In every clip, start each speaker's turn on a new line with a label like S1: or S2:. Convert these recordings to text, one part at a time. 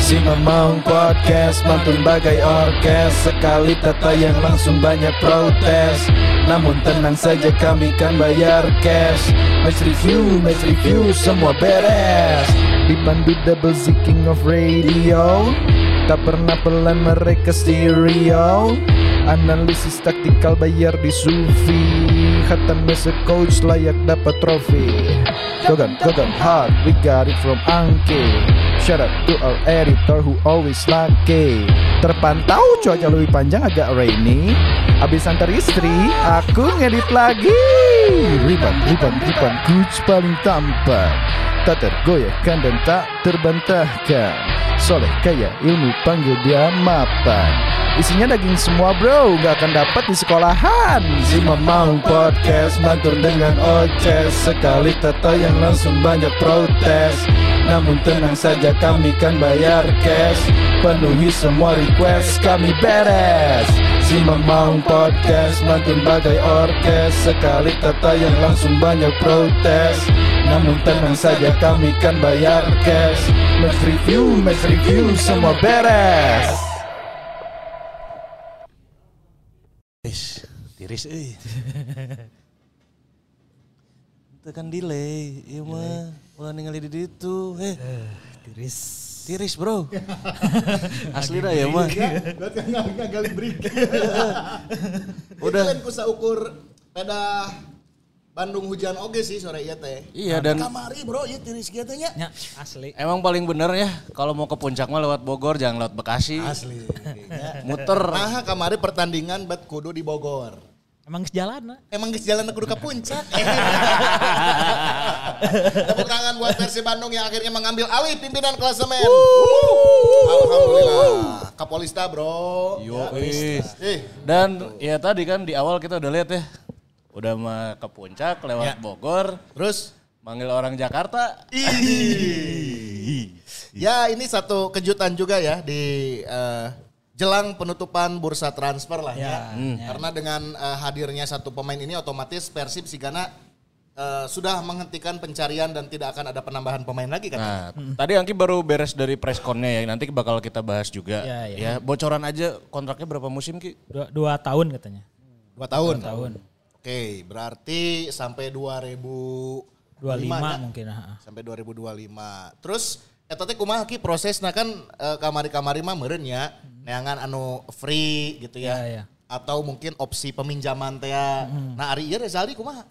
S1: Si Mamang Podcast mantun bagai orkes, sekali tayang langsung banyak protes. Namun tenang saja kami kan bayar cash. Match review semua beres. Dipandu double Z King of Radio, tak pernah pelan mereka stereo. Analisis taktikal bayar di Sufi, khatam as a coach layak dapat trofi. Gogan hard, we got it from Angke. Shout out to our editor who always lucky. Terpantau cuaca lebih panjang agak rainy. Abis antar istri, aku ngedit lagi. Riban, coach paling tampan, tak tergoyahkan dan tak terbantahkan. Soleh kaya ilmu panggil dia mapan. Isinya daging semua bro, gak akan dapat di sekolahan. Si Mamang Podcast mantur dengan oces, sekali tayang langsung banyak protes. Namun tenang saja kami kan bayar cash, penuhi semua request kami beres. Si Mamang Podcast mantur bagai orkes, sekali tayang langsung banyak protes. Namun tenang saja kami kan bayar cash. Match review semua beres.
S2: Tiris tekan delay ieu mah ulah ningali di ditu tiris bro. Asli dah ya mah
S3: berarti ngagali break.
S2: Udah
S3: kan kusa ukur pada Bandung hujan oge sih sore ieu teh.
S2: Iya dan
S3: kamari bro ieu tiris kieu teh nya.
S4: Asli.
S2: Emang paling bener ya kalau mau ke puncak mah lewat Bogor jangan lewat Bekasi.
S3: Asli.
S2: Muter.
S3: Nah kamari pertandingan bet kudu di Bogor.
S4: Emang sejalan
S3: Emang geus jalan kudu ka puncak. Tepuk tangan buat versi Bandung yang akhirnya mengambil alih pimpinan klasemen. Alhamdulillah. Kapolista bro.
S2: Yo,
S3: Ya,
S2: dan ya tadi kan di awal kita udah lihat ya. Udah mah ke puncak lewat Bogor.
S3: Terus
S2: manggil orang Jakarta.
S3: ya ini satu kejutan juga ya di jelang penutupan bursa transfer lah ya. Karena dengan hadirnya satu pemain ini otomatis Persib Sigana sudah menghentikan pencarian dan tidak akan ada penambahan pemain lagi kan.
S2: Nah, tadi Angki baru beres dari press con-nya ya. Nanti bakal kita bahas juga. Ya, bocoran aja kontraknya berapa musim Ki?
S4: 2 tahun katanya.
S3: 2 tahun.
S4: 2 tahun.
S3: Oke, berarti sampai 2025 ya?
S4: Mungkin.
S3: Sampai 2025. Terus eta teh kumaha Ki prosesna kan kamari-kamari mah meureun nya. Neangan anu free gitu ya.
S4: Ya.
S3: Atau mungkin opsi peminjaman teh. Nah, ari ieu Rezaldi kumaha?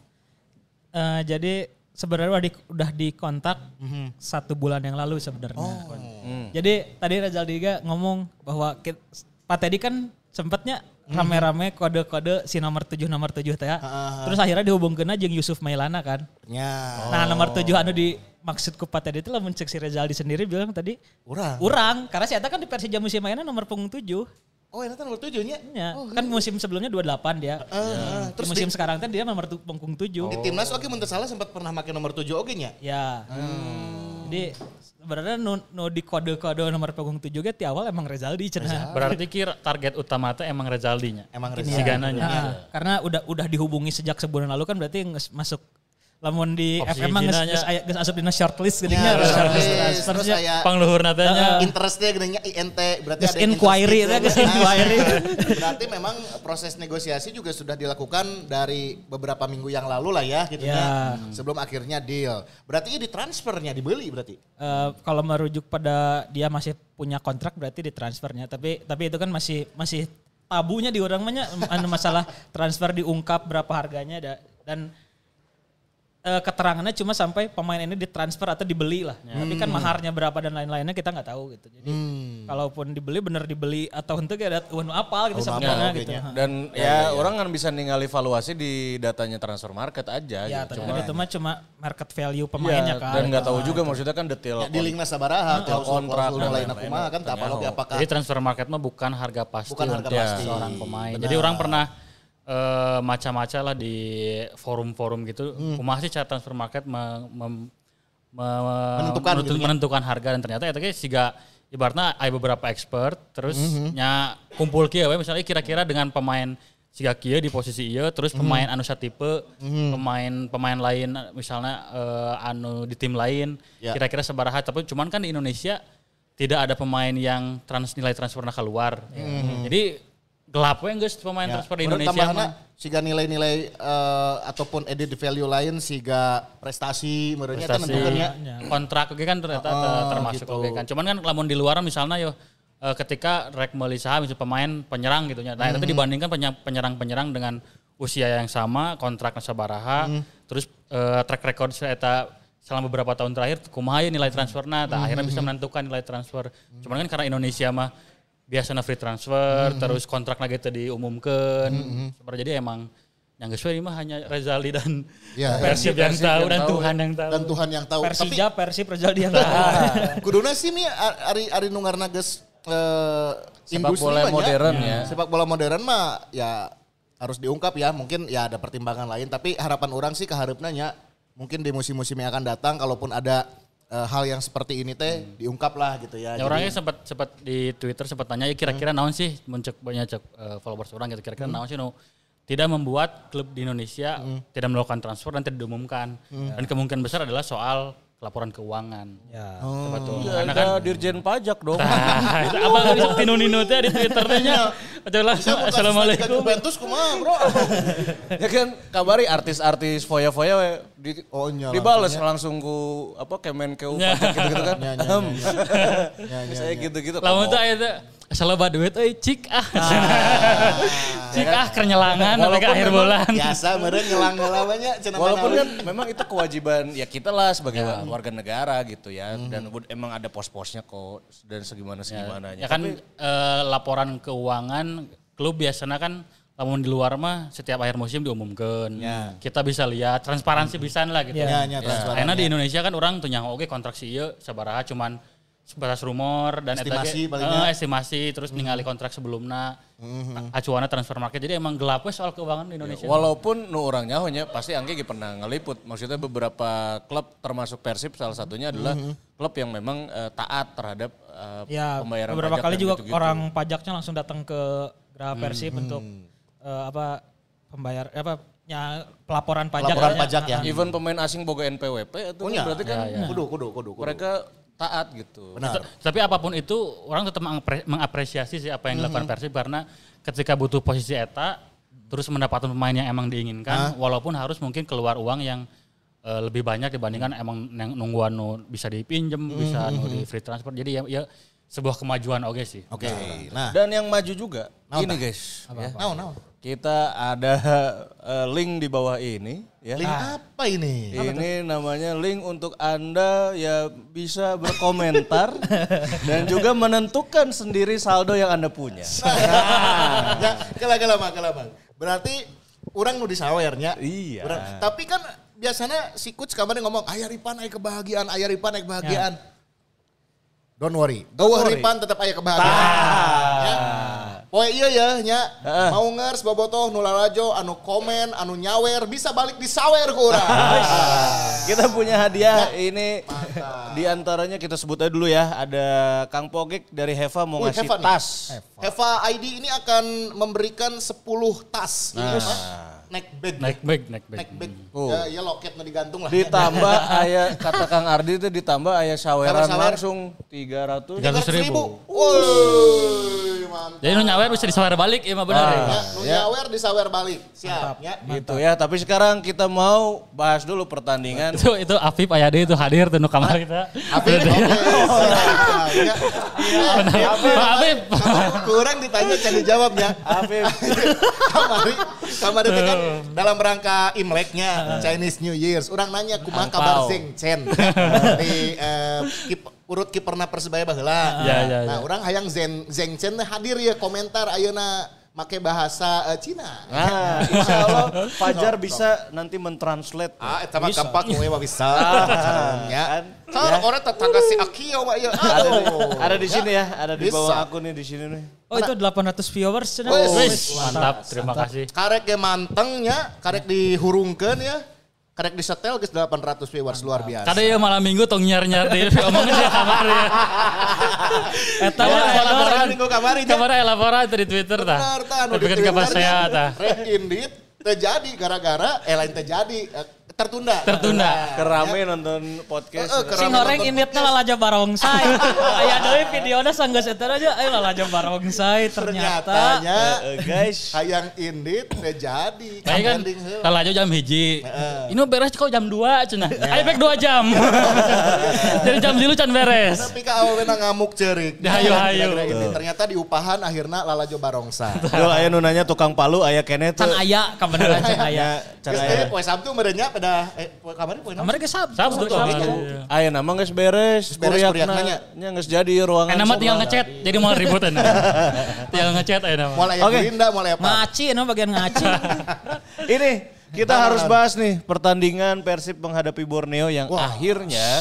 S4: Jadi sebenarnya udah dikontak 1 bulan yang lalu sebenarnya. Jadi tadi Rezaldi ngomong bahwa Pak Teddy kan sempatnya rame-rame kode-kode si nomor 7 teh. Terus akhirnya dihubungkeun jeung Yusuf Mailana kan. Nah, nomor 7 anu dimaksud ku Pak Teddy itu lamun cek si Rezaldi sendiri bilang tadi urang karena si eta kan di Persija musim mainnya nomor punggung 7.
S3: Oh, eta nomor 7 nya?
S4: Ya, kan musim sebelumnya 28 dia. Terus musim sekarang kan dia nomor punggung 7.
S3: Di timnas oke mun teu salah sempat pernah make nomor 7 oge nya.
S4: Ya. Jadi sebenarnya no di kode-kode nomor punggung 7 ge ti awal emang Rezaldi cenah.
S5: Berarti target utama teh emang Rezaldinya.
S3: Emang
S5: Si
S3: Rezaldi.
S5: Gananya.
S4: Karena udah dihubungi sejak sebulan lalu kan berarti masuk lamun di
S5: Opsi
S4: FM mah
S5: jinanya.
S4: geus asup dina shortlist geuninnya shortlist transfer
S3: Terus aya
S5: Pangluhur natanya.
S3: interestnya geuninnya INT berarti
S4: Geus
S3: ada
S4: inquiry
S3: interest
S4: geus
S3: gitu.
S4: inquiry.
S3: Berarti memang proses negosiasi juga sudah dilakukan dari beberapa minggu yang lalu lah ya gitu
S4: Ya.
S3: Sebelum akhirnya deal. Berarti ini transfernya dibeli berarti.
S4: Kalau merujuk pada dia masih punya kontrak berarti ditransfernya tapi itu kan masih tabunya di orang banyak masalah transfer diungkap berapa harganya dan keterangannya cuma sampai pemain ini ditransfer atau dibeli lah. Tapi kan maharnya berapa dan lain-lainnya kita nggak tahu gitu. Jadi kalaupun dibeli bener dibeli atau henteu kayak ada apal gitu sebenarnya gitu.
S2: Dan ya orang kan bisa ningali valuasi di datanya transfer market aja
S4: Ya,
S2: gitu.
S4: tapi itu mah cuma market value pemainnya kan.
S2: Dan nggak tahu juga maksudnya kan detail
S3: Di linkna sabaraha
S2: kontrak
S3: kontrak
S2: dan
S3: lain
S2: lain-lain.
S3: kumaha kan tak apakah
S5: Jadi transfer market mah bukan harga pasti
S3: Bukan harga
S5: untuk
S3: pasti.
S5: seorang pemain.
S3: Benar.
S5: Jadi orang pernah macam-macam lah di forum-forum gitu. Kumaha sih cara transfer market menentukan harga dan ternyata itu siga ibaratnya ada beberapa expert terus nya kumpul kieu we misalnya kira-kira dengan pemain siga kieu di posisi ieu terus pemain anu satipe pemain lain misalnya anu di tim lain kira-kira sabaraha tapi cuman kan di Indonesia tidak ada pemain yang nilai transfernya keluar. Jadi gelap we geus pemain transfer di Indonesia mah.
S3: Siga nilai-nilai ataupun added value lain siga prestasi menurutnya kan
S5: Prestasi, kontrak oke kan ternyata termasuk
S3: gitu.
S5: oke kan. Cuman kan lamun di luar misalnya yo ketika rek meuli saha misalnya pemain penyerang gitu nya. Nah, itu dibandingkan penyerang-penyerang dengan usia yang sama, kontraknya sabaraha, terus track record eta selama beberapa tahun terakhir kumaha nilai transferna, akhirnya bisa menentukan nilai transfer. Cuman kan karena Indonesia mah biasanya free transfer, terus kontrak lagi teu diumumkeun. Jadi emang yang geus we mah hanya Rezaldi dan Persib yang tahu dan Tuhan yang tahu.
S3: Dan Tuhan yang tahu.
S4: Persija, Persib, Rezaldi yang tahu.
S3: Kuduna sih nih ari nungarna geus
S2: Sepak bola modern ya.
S3: Sepak bola modern mah ya harus diungkap ya. Mungkin ya ada pertimbangan lain, tapi harapan orang sih keharapna nya mungkin di musim-musim yang akan datang kalaupun ada hal yang seperti ini teh diungkap lah gitu ya.
S5: Ya orangnya sempat di Twitter sempat tanya ya kira-kira naon sih muncul banyak followers orang gitu kira-kira naon sih tidak membuat klub di Indonesia tidak melakukan transfer dan tidak diumumkan. Dan kemungkinan besar adalah soal laporan keuangan.
S4: Ya.
S5: Betul.
S2: Karena kan dirjen pajak dong.
S5: Itu apa bisa Tino teh di Twitternya. Langsung assalamualaikum.
S3: Juventus kumaha bro?
S2: Ya kan kabari artis-artis foya-foya we dibales langsung ku Kemenkeu pajak gitu kan. Saya gitu-gitu.
S5: Lamun teh aya teh asal duit cik kenyelangan sampai ke akhir bulan.
S3: Biasa meureun ngelang-ngelawanya cenah.
S2: Walaupun kan memang itu kewajiban ya kita lah sebagai warga negara gitu ya. Dan emang ada pos-posnya kok dan segimana-segimananya.
S5: Ya kan laporan keuangan klub biasanya kan lamun di luar mah setiap akhir musim diumumkan. Kita bisa lihat transparansi pisan lah gitu. Karena di Indonesia kan orang tuh nyaho oke kontrak si ieu sabaraha cuman sebatas rumor dan estimasi terus ningali kontrak sebelumnya acuannya transfer market jadi emang gelap soal keuangan di Indonesia.
S2: Walaupun nu orang nyahonya pasti Anggi pernah ngeliput maksudnya beberapa klub termasuk Persib salah satunya adalah klub yang memang taat terhadap pembayaran
S4: beberapa
S2: pajak
S4: kali juga
S2: gitu-gitu.
S4: orang pajaknya langsung datang ke Geraha Persib untuk pelaporan pajak
S3: ya.
S2: Even pemain asing boga NPWP itu berarti kan
S3: kudu.
S2: mereka taat gitu.
S3: Benar.
S5: Tapi apapun itu orang tetap mengapresiasi sih apa yang dilakukan Persib karena ketika butuh posisi eta terus mendapatkan pemain yang emang diinginkan walaupun harus mungkin keluar uang yang lebih banyak dibandingkan emang nungguan bisa dipinjem bisa di free transfer jadi ya sebuah kemajuan oke sih.
S3: Oke. Nah,
S2: dan yang maju juga ini guys.
S3: Naon.
S2: Kita ada link di bawah ini ya.
S3: Link apa ini?
S2: Ini namanya link untuk Anda ya bisa berkomentar dan juga menentukan sendiri saldo yang Anda punya.
S3: Ya, kelama. Berarti orang nu disawernya.
S2: Iya.
S3: Tapi kan biasanya si coach kabarnya ngomong aya ripan aya kebahagiaan. Don't worry. Ripan tetap aya kebahagiaan. Ya. Poe iya ya nya mau ngers bobotoh nu lalajo anu komen anu nyawer bisa balik disawer ku urang.
S2: Kita punya hadiah ini di antaranya kita sebut aja dulu ya ada Kang Pogek dari Heva mau ngasih tas.
S3: Heva ID ini akan memberikan 10 tas. Neck bag. Ya loket digantung lah.
S2: Ditambah aya kata Kang Ardi itu ditambah aya saweran langsung 300.000.
S3: Woi, mantap.
S5: Jadi nu nyawer bisa disawer balik ya mah benar ya.
S3: Nu nyawer disawer balik. Siap ya.
S2: Gitu ya, tapi sekarang kita mau bahas dulu pertandingan.
S5: Itu Afif Ayade itu hadir tuh kamar kita.
S3: Afif.
S5: Afif.
S3: Kurang ditanya jadi jawabnya.
S2: Afif.
S3: Kamari itu kan dalam rangka Imleknya Chinese New Year's. Orang nanya kumaha kabar Zeng Chen di urut kiperna Persebaya baheula. Nah, orang hayang Zeng Chen hadir ya komentar ayeuna make bahasa Cina.
S2: Nah, insya Allah Fajar bisa nanti mentranslate.
S3: Eta mah gampang we bisa. Ya. Orang tetangga si Akio mah ieu.
S2: Ada di sini ya, ada di bawah akun nih di sini nih.
S4: Oh itu 800 viewers.
S5: Mantap, terima kasih.
S3: Karek ge mantengnya, karek dihurungkeun ya. Karek disetel geus 800 viewers luar biasa.
S5: Kada ya malam minggu tong nyar-nyar di omongin di kamar ya. Eta mah
S3: minggu kamari.
S5: Kamar laporan di Twitter tah.
S3: Benar tah
S5: anu di Twitter saya tah.
S3: Red Indit terjadi gara-gara lain terjadi tertunda.
S2: Kerame nonton podcast.
S4: Si goreng inditna lalajo barongsai. Aya deui videona sanggeus eta aja aya lalajo barongsai ternyata.
S3: Guys, hayang indit teh jadi.
S5: Kan lalajo jam 1. Ini beres kok jam 2 cenah. Aya bek 2 jam. Jadi jam 3 can beres.
S3: Tapi ka awena ngamuk ceurik.
S5: Hayu.
S3: Ternyata di upahan akhirna lalajo barongsai.
S2: Dul aya nu nanya tukang palu aya keneh teh.
S4: Can aya kabeneran can aya.
S3: Geus teh poe Sabtu merenya pada kamari poe
S4: Kamari ge Sabtu.
S2: Aya nama geus beres. Kuriakna nya geus jadi ruangan.
S5: Nama tinggal ngechat jadi mau ributan. Tinggal ngechat aya nama.
S3: Moal aya Gerinda, moal aya
S4: Ngaci bagian ngaci.
S2: Ini kita harus bahas nih pertandingan Persib menghadapi Borneo yang akhirnya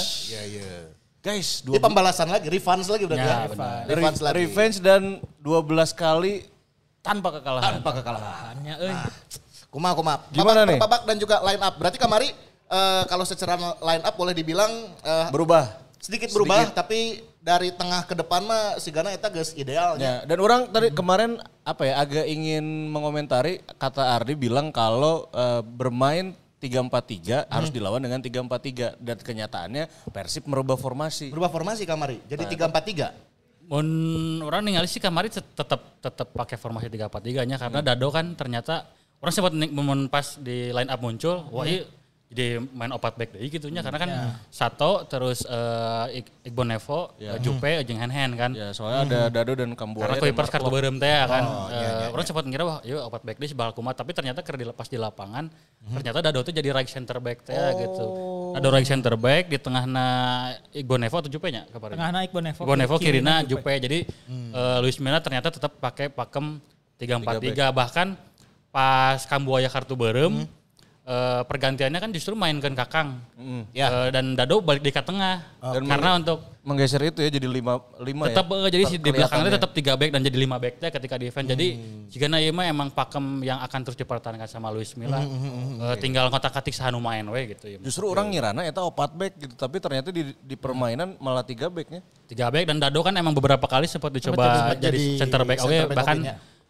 S2: guys,
S3: ini pembalasan lagi, revenge lagi berarti ya.
S2: Revenge dan 12 kali tanpa kekalahan.
S4: Hanya euy.
S3: Kumaha.
S2: Gimana nih?
S3: Babak dan juga line up. Berarti kamari kalau secara line up boleh dibilang
S2: Berubah.
S3: Sedikit berubah, tapi dari tengah ke depan mah sigana eta geus idealnya.
S2: Ya, dan orang tadi kemarin agak ingin mengomentari kata Ardi bilang kalau bermain 3-4-3 harus dilawan dengan 3-4-3 dan kenyataannya Persib merubah formasi.
S3: Berubah formasi kamari. Jadi 3-4-3.
S5: Mun orang ningali sih kamari tetap pakai formasi 3-4-3-nya karena Dado kan ternyata orang sempat pas di line up muncul, wah iya jadi main opat back deui gitu nya karena kan Sato terus Iqbal Nevo, Jupe jeung Hen kan.
S2: Ya, soalnya ada Dado dan Kambuaya.
S5: Karena Kuipers kartu beureum teh kan. Orang sempat ngira wah ieu opat back deui bakal kumaha tapi ternyata keur dilepas di lapangan ternyata Dado tuh jadi right center back teh gitu. Dado right center back di tengahna Iqbal Nevo atau Jupe nya kabarnya.
S4: Tengahna Iqbal Nevo.
S5: Iqbal Nevo kirina Jupe. Jadi Luis Milla ternyata tetap pakai pakem 3-4-3 bahkan pas Kambuaya kartu beureum pergantiannya kan justru mainkan Kakang dan Dado balik di tengah dan karena untuk
S2: menggeser itu ya jadi 5
S5: tetap jadi di belakangnya tetap 3 back dan jadi 5 back ketika defense jadi jika ieu mah emang pakem yang akan terus dipertahankan sama Luis Milla tinggal ngotak-atik sahanu main we gitu ya.
S2: Justru orang ngirana eta 4 back gitu tapi ternyata di permainan malah 3 backnya.
S5: 3 back dan Dado kan emang beberapa kali sempat dicoba jadi center back bahkan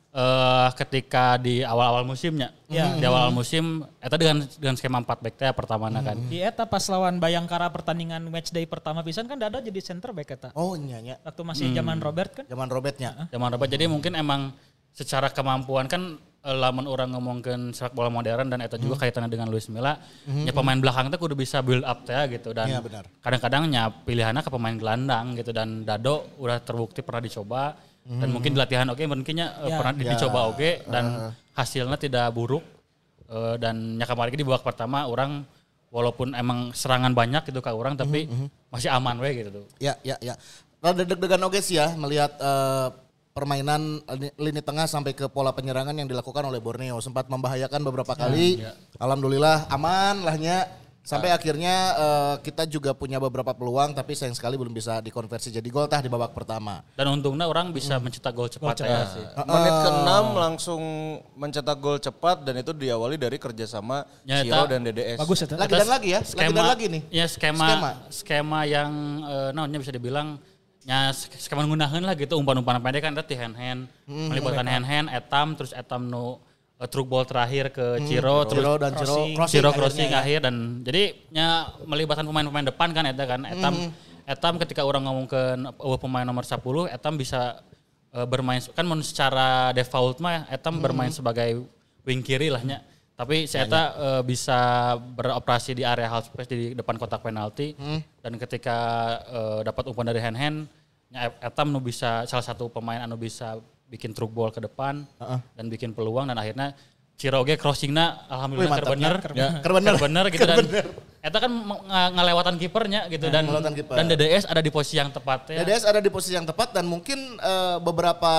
S5: ketika di awal-awal musimnya. Di awal musim eta dengan skema 4 back teh pertamana kan.
S4: Di eta pas lawan Bayangkara pertandingan match day pertama pisan kan Dado jadi center back eta.
S3: Oh nya.
S4: Waktu masih zaman Robert kan?
S3: Zaman Robertnya.
S5: Zaman Robert jadi mungkin emang secara kemampuan kan lamun orang ngomongkeun sepak bola modern dan eta juga kaitannya dengan Luis Milla. Ya pemain belakang teh kudu bisa build up teh gitu dan kadang-kadang nya pilihannya ke pemain gelandang gitu dan Dado udah terbukti pernah dicoba. Dan mungkin di latihan mungkinnya pernah dicoba dan hasilnya tidak buruk dan kemarin di babak pertama orang walaupun emang serangan banyak gitu ke orang tapi masih aman we gitu tuh.
S3: Ya. Rada deg-degan oge sih ya melihat permainan lini tengah sampai ke pola penyerangan yang dilakukan oleh Borneo sempat membahayakan beberapa kali. Alhamdulillah aman lahnya. Sampai akhirnya kita juga punya beberapa peluang tapi sayang sekali belum bisa dikonversi jadi gol di babak pertama.
S5: Dan untungnya orang bisa mencetak gol cepat ya sih.
S2: Menit ke-6 langsung mencetak gol cepat dan itu diawali dari kerjasama Ciro dan DDS.
S4: Bagus itu.
S3: Lagi dan lagi ya. Lagi nih.
S5: Ya skema yang bisa dibilang skema ngunaheun lah gitu umpan-umpan pendek kan tadi hand melibatkan hand etam terus etam truk ball terakhir ke Ciro terus Ciro crossing akhir dan jadi melibatkan pemain-pemain depan kan eta kan etam ketika orang ngomongkeun pemain nomor 10 etam bisa bermain kan secara default mah etam bermain sebagai wing kiri lah nya tapi si eta bisa beroperasi di area half space di depan kotak penalti dan ketika dapat umpan dari hand etam bisa salah satu pemain bisa bikin truk ball ke depan dan bikin peluang dan akhirnya Ciro ge crossingna alhamdulillah kerbener gitu dan eta kan ngelewatan kipernya gitu dan DDS ada di posisi yang tepat ya.
S3: DDS ada di posisi yang tepat dan mungkin beberapa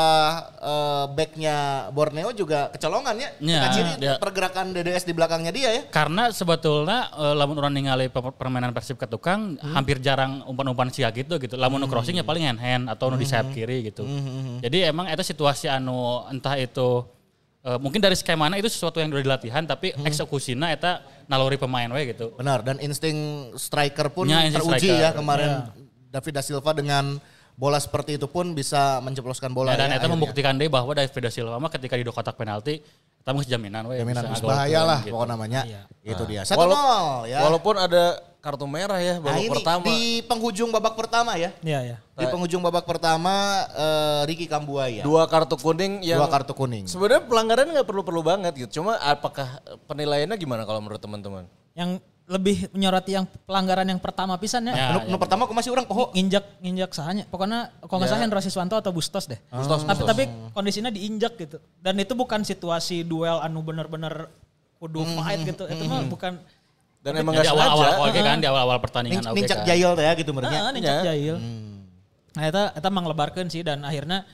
S3: backnya Borneo juga kecolongan ya. Pergerakan DDS di belakangnya dia ya.
S5: Karena sebetulnya lamun orang ningali permainan Persib ke tukang hampir jarang umpan-umpan sia gitu. Lamun crossingnya paling hand atau di sayap kiri gitu. Jadi emang itu situasi entah itu mungkin dari skemana itu sesuatu yang udah dilatihan tapi eksekusinya eta naluri pemain we gitu.
S3: Benar dan insting striker pun teruji ya kemarin. David da Silva dengan bola seperti itu pun bisa menjebloskan bola
S5: dan eta membuktikan deh bahwa David da Silva mah ketika di kotak penalti Tapi jaminan we.
S3: Jaminan
S5: bisa
S3: geus
S5: ngagolkeun
S3: bahaya lah
S5: gitu.
S3: pokoknya namanya.
S4: Iya.
S3: Itu dia. 1-0 ya.
S2: Walaupun ada kartu merah ya
S3: Nah,
S2: babak
S3: ini
S2: pertama.
S3: di penghujung babak pertama ya.
S4: Iya, iya.
S3: Di penghujung babak pertama Ricky Kambuaya.
S2: 2 kartu kuning yang
S3: 2 kartu kuning.
S2: sebenarnya pelanggaran nggak perlu-perlu banget gitu. Cuma apakah penilaiannya gimana kalau menurut teman-teman?
S4: Yang lebih menyoroti yang pelanggaran yang pertama pisan ya.
S3: Nu pertama aku masih orang poho.
S4: Nginjak sahanya. Pokoknya kalau nggak salah Hendro Siswanto atau Bustos deh. Tapi kondisinya diinjak gitu. Dan itu bukan situasi duel anu bener-bener kudu fight gitu. Itu mah bukan.
S2: Dan emang nggak
S5: Di awal-awal
S2: sengaja.
S5: oke kan di awal-awal pertandingan oke
S3: Nincak
S5: kan.
S3: jahil teh ya gitu merenya.
S4: Nincak jahil. Nah itu manglebarkeun sih dan akhirnya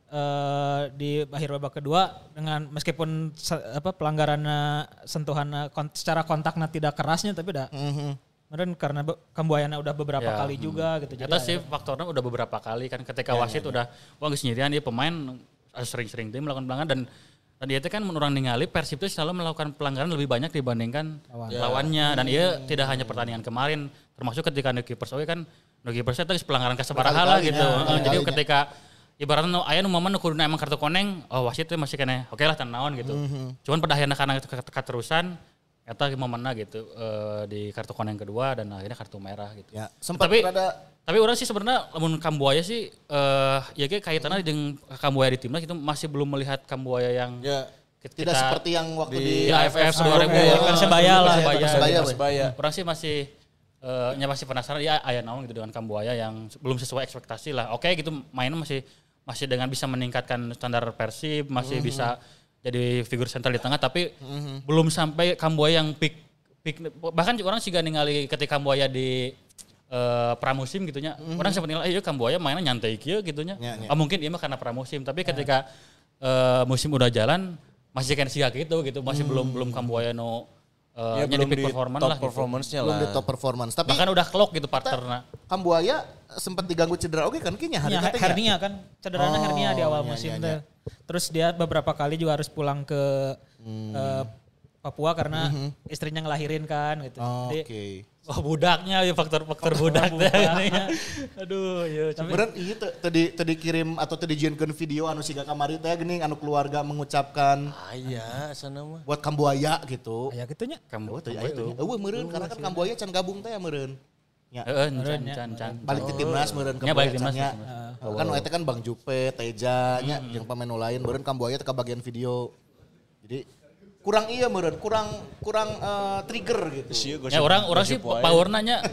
S4: di akhir babak kedua dengan meskipun pelanggaran sentuhan secara kontaknya tidak kerasnya tapi udah kemarin karena Kambuayana udah beberapa kali juga gitu.
S5: Eta sih faktornya udah beberapa kali kan ketika wasit udah wah geus nyirian dia pemain sering-sering dia melakukan pelanggaran dan tadi itu kan menurut ningali Persib itu selalu melakukan pelanggaran lebih banyak dibandingkan lawannya dan ia tidak hanya pertandingan kemarin termasuk ketika The Keepers oke kan The Keepers itu pelanggaran kasabaraha lah gitu. Jadi ketika ibaratnya aya nu momen kuduna emang kartu koneng, oh wasit teh masih kene oke lah tanaon gitu. Cuman pada akhirnya karena keterusan eta momenna gitu di kartu koneng kedua dan akhirnya kartu merah gitu.
S3: Ya, sempat
S5: Tapi orang sih sebenarnya lamun Kambuaya sih ya kayak kaitannya dengan Kambuaya di timnas itu masih belum melihat Kambuaya yang
S3: tidak seperti yang waktu di
S5: AFF 2000
S4: Persebaya lah.
S2: Persebaya.
S5: Orang sih masih masih penasaran ya aya naon gitu dengan Kambuaya yang belum sesuai ekspektasi lah. Oke gitu mainnya masih dengan bisa meningkatkan standar Persib, masih bisa jadi figur sentral di tengah tapi belum sampai Kambuaya yang peak bahkan orang sih gak ningali ketika Kambuaya di pramusim gitunya. Orang sempat nilai Kambuaya mainnya nyantai kieu gitunya. Mungkin dia mah karena pramusim tapi ketika musim udah jalan masih kan siga gitu masih belum Kambuaya
S2: belum
S5: peak
S2: di
S5: performance
S2: top
S5: lah
S2: performance-nya
S3: belum
S2: lah.
S3: di top performance. Tapi
S5: bahkan udah clock gitu partnernya.
S3: Kambuaya sempat diganggu cedera oke kan kayaknya hari katanya.
S4: Hernia kan cederanya hernia di awal musim teh. Terus dia beberapa kali juga harus pulang ke Papua karena istrinya ngelahirin kan gitu.
S3: Oke.
S5: Wah budaknya ya faktor budak teh. Aduh ya.
S3: Beneran iya tadi kirim atau tadi dijieunkeun video anu siga kamari teh geuning anu keluarga mengucapkan
S2: Aya sana mah.
S3: buat Kambuaya gitu.
S4: Ya gitunya.
S3: Oh, teh itu. Meureun karena kan Kambuaya can gabung teh ya meureun. Ya.
S5: Can.
S3: Balik ke timnas meureun
S5: Ya, balik timnas.
S3: Kan eta kan Bang Jupe, Teja nya jeung pemain nu lain meureun Kambuaya teh bagian video. Jadi kurang iya meureun, kurang trigger gitu.
S5: Ya orang sih powerna nya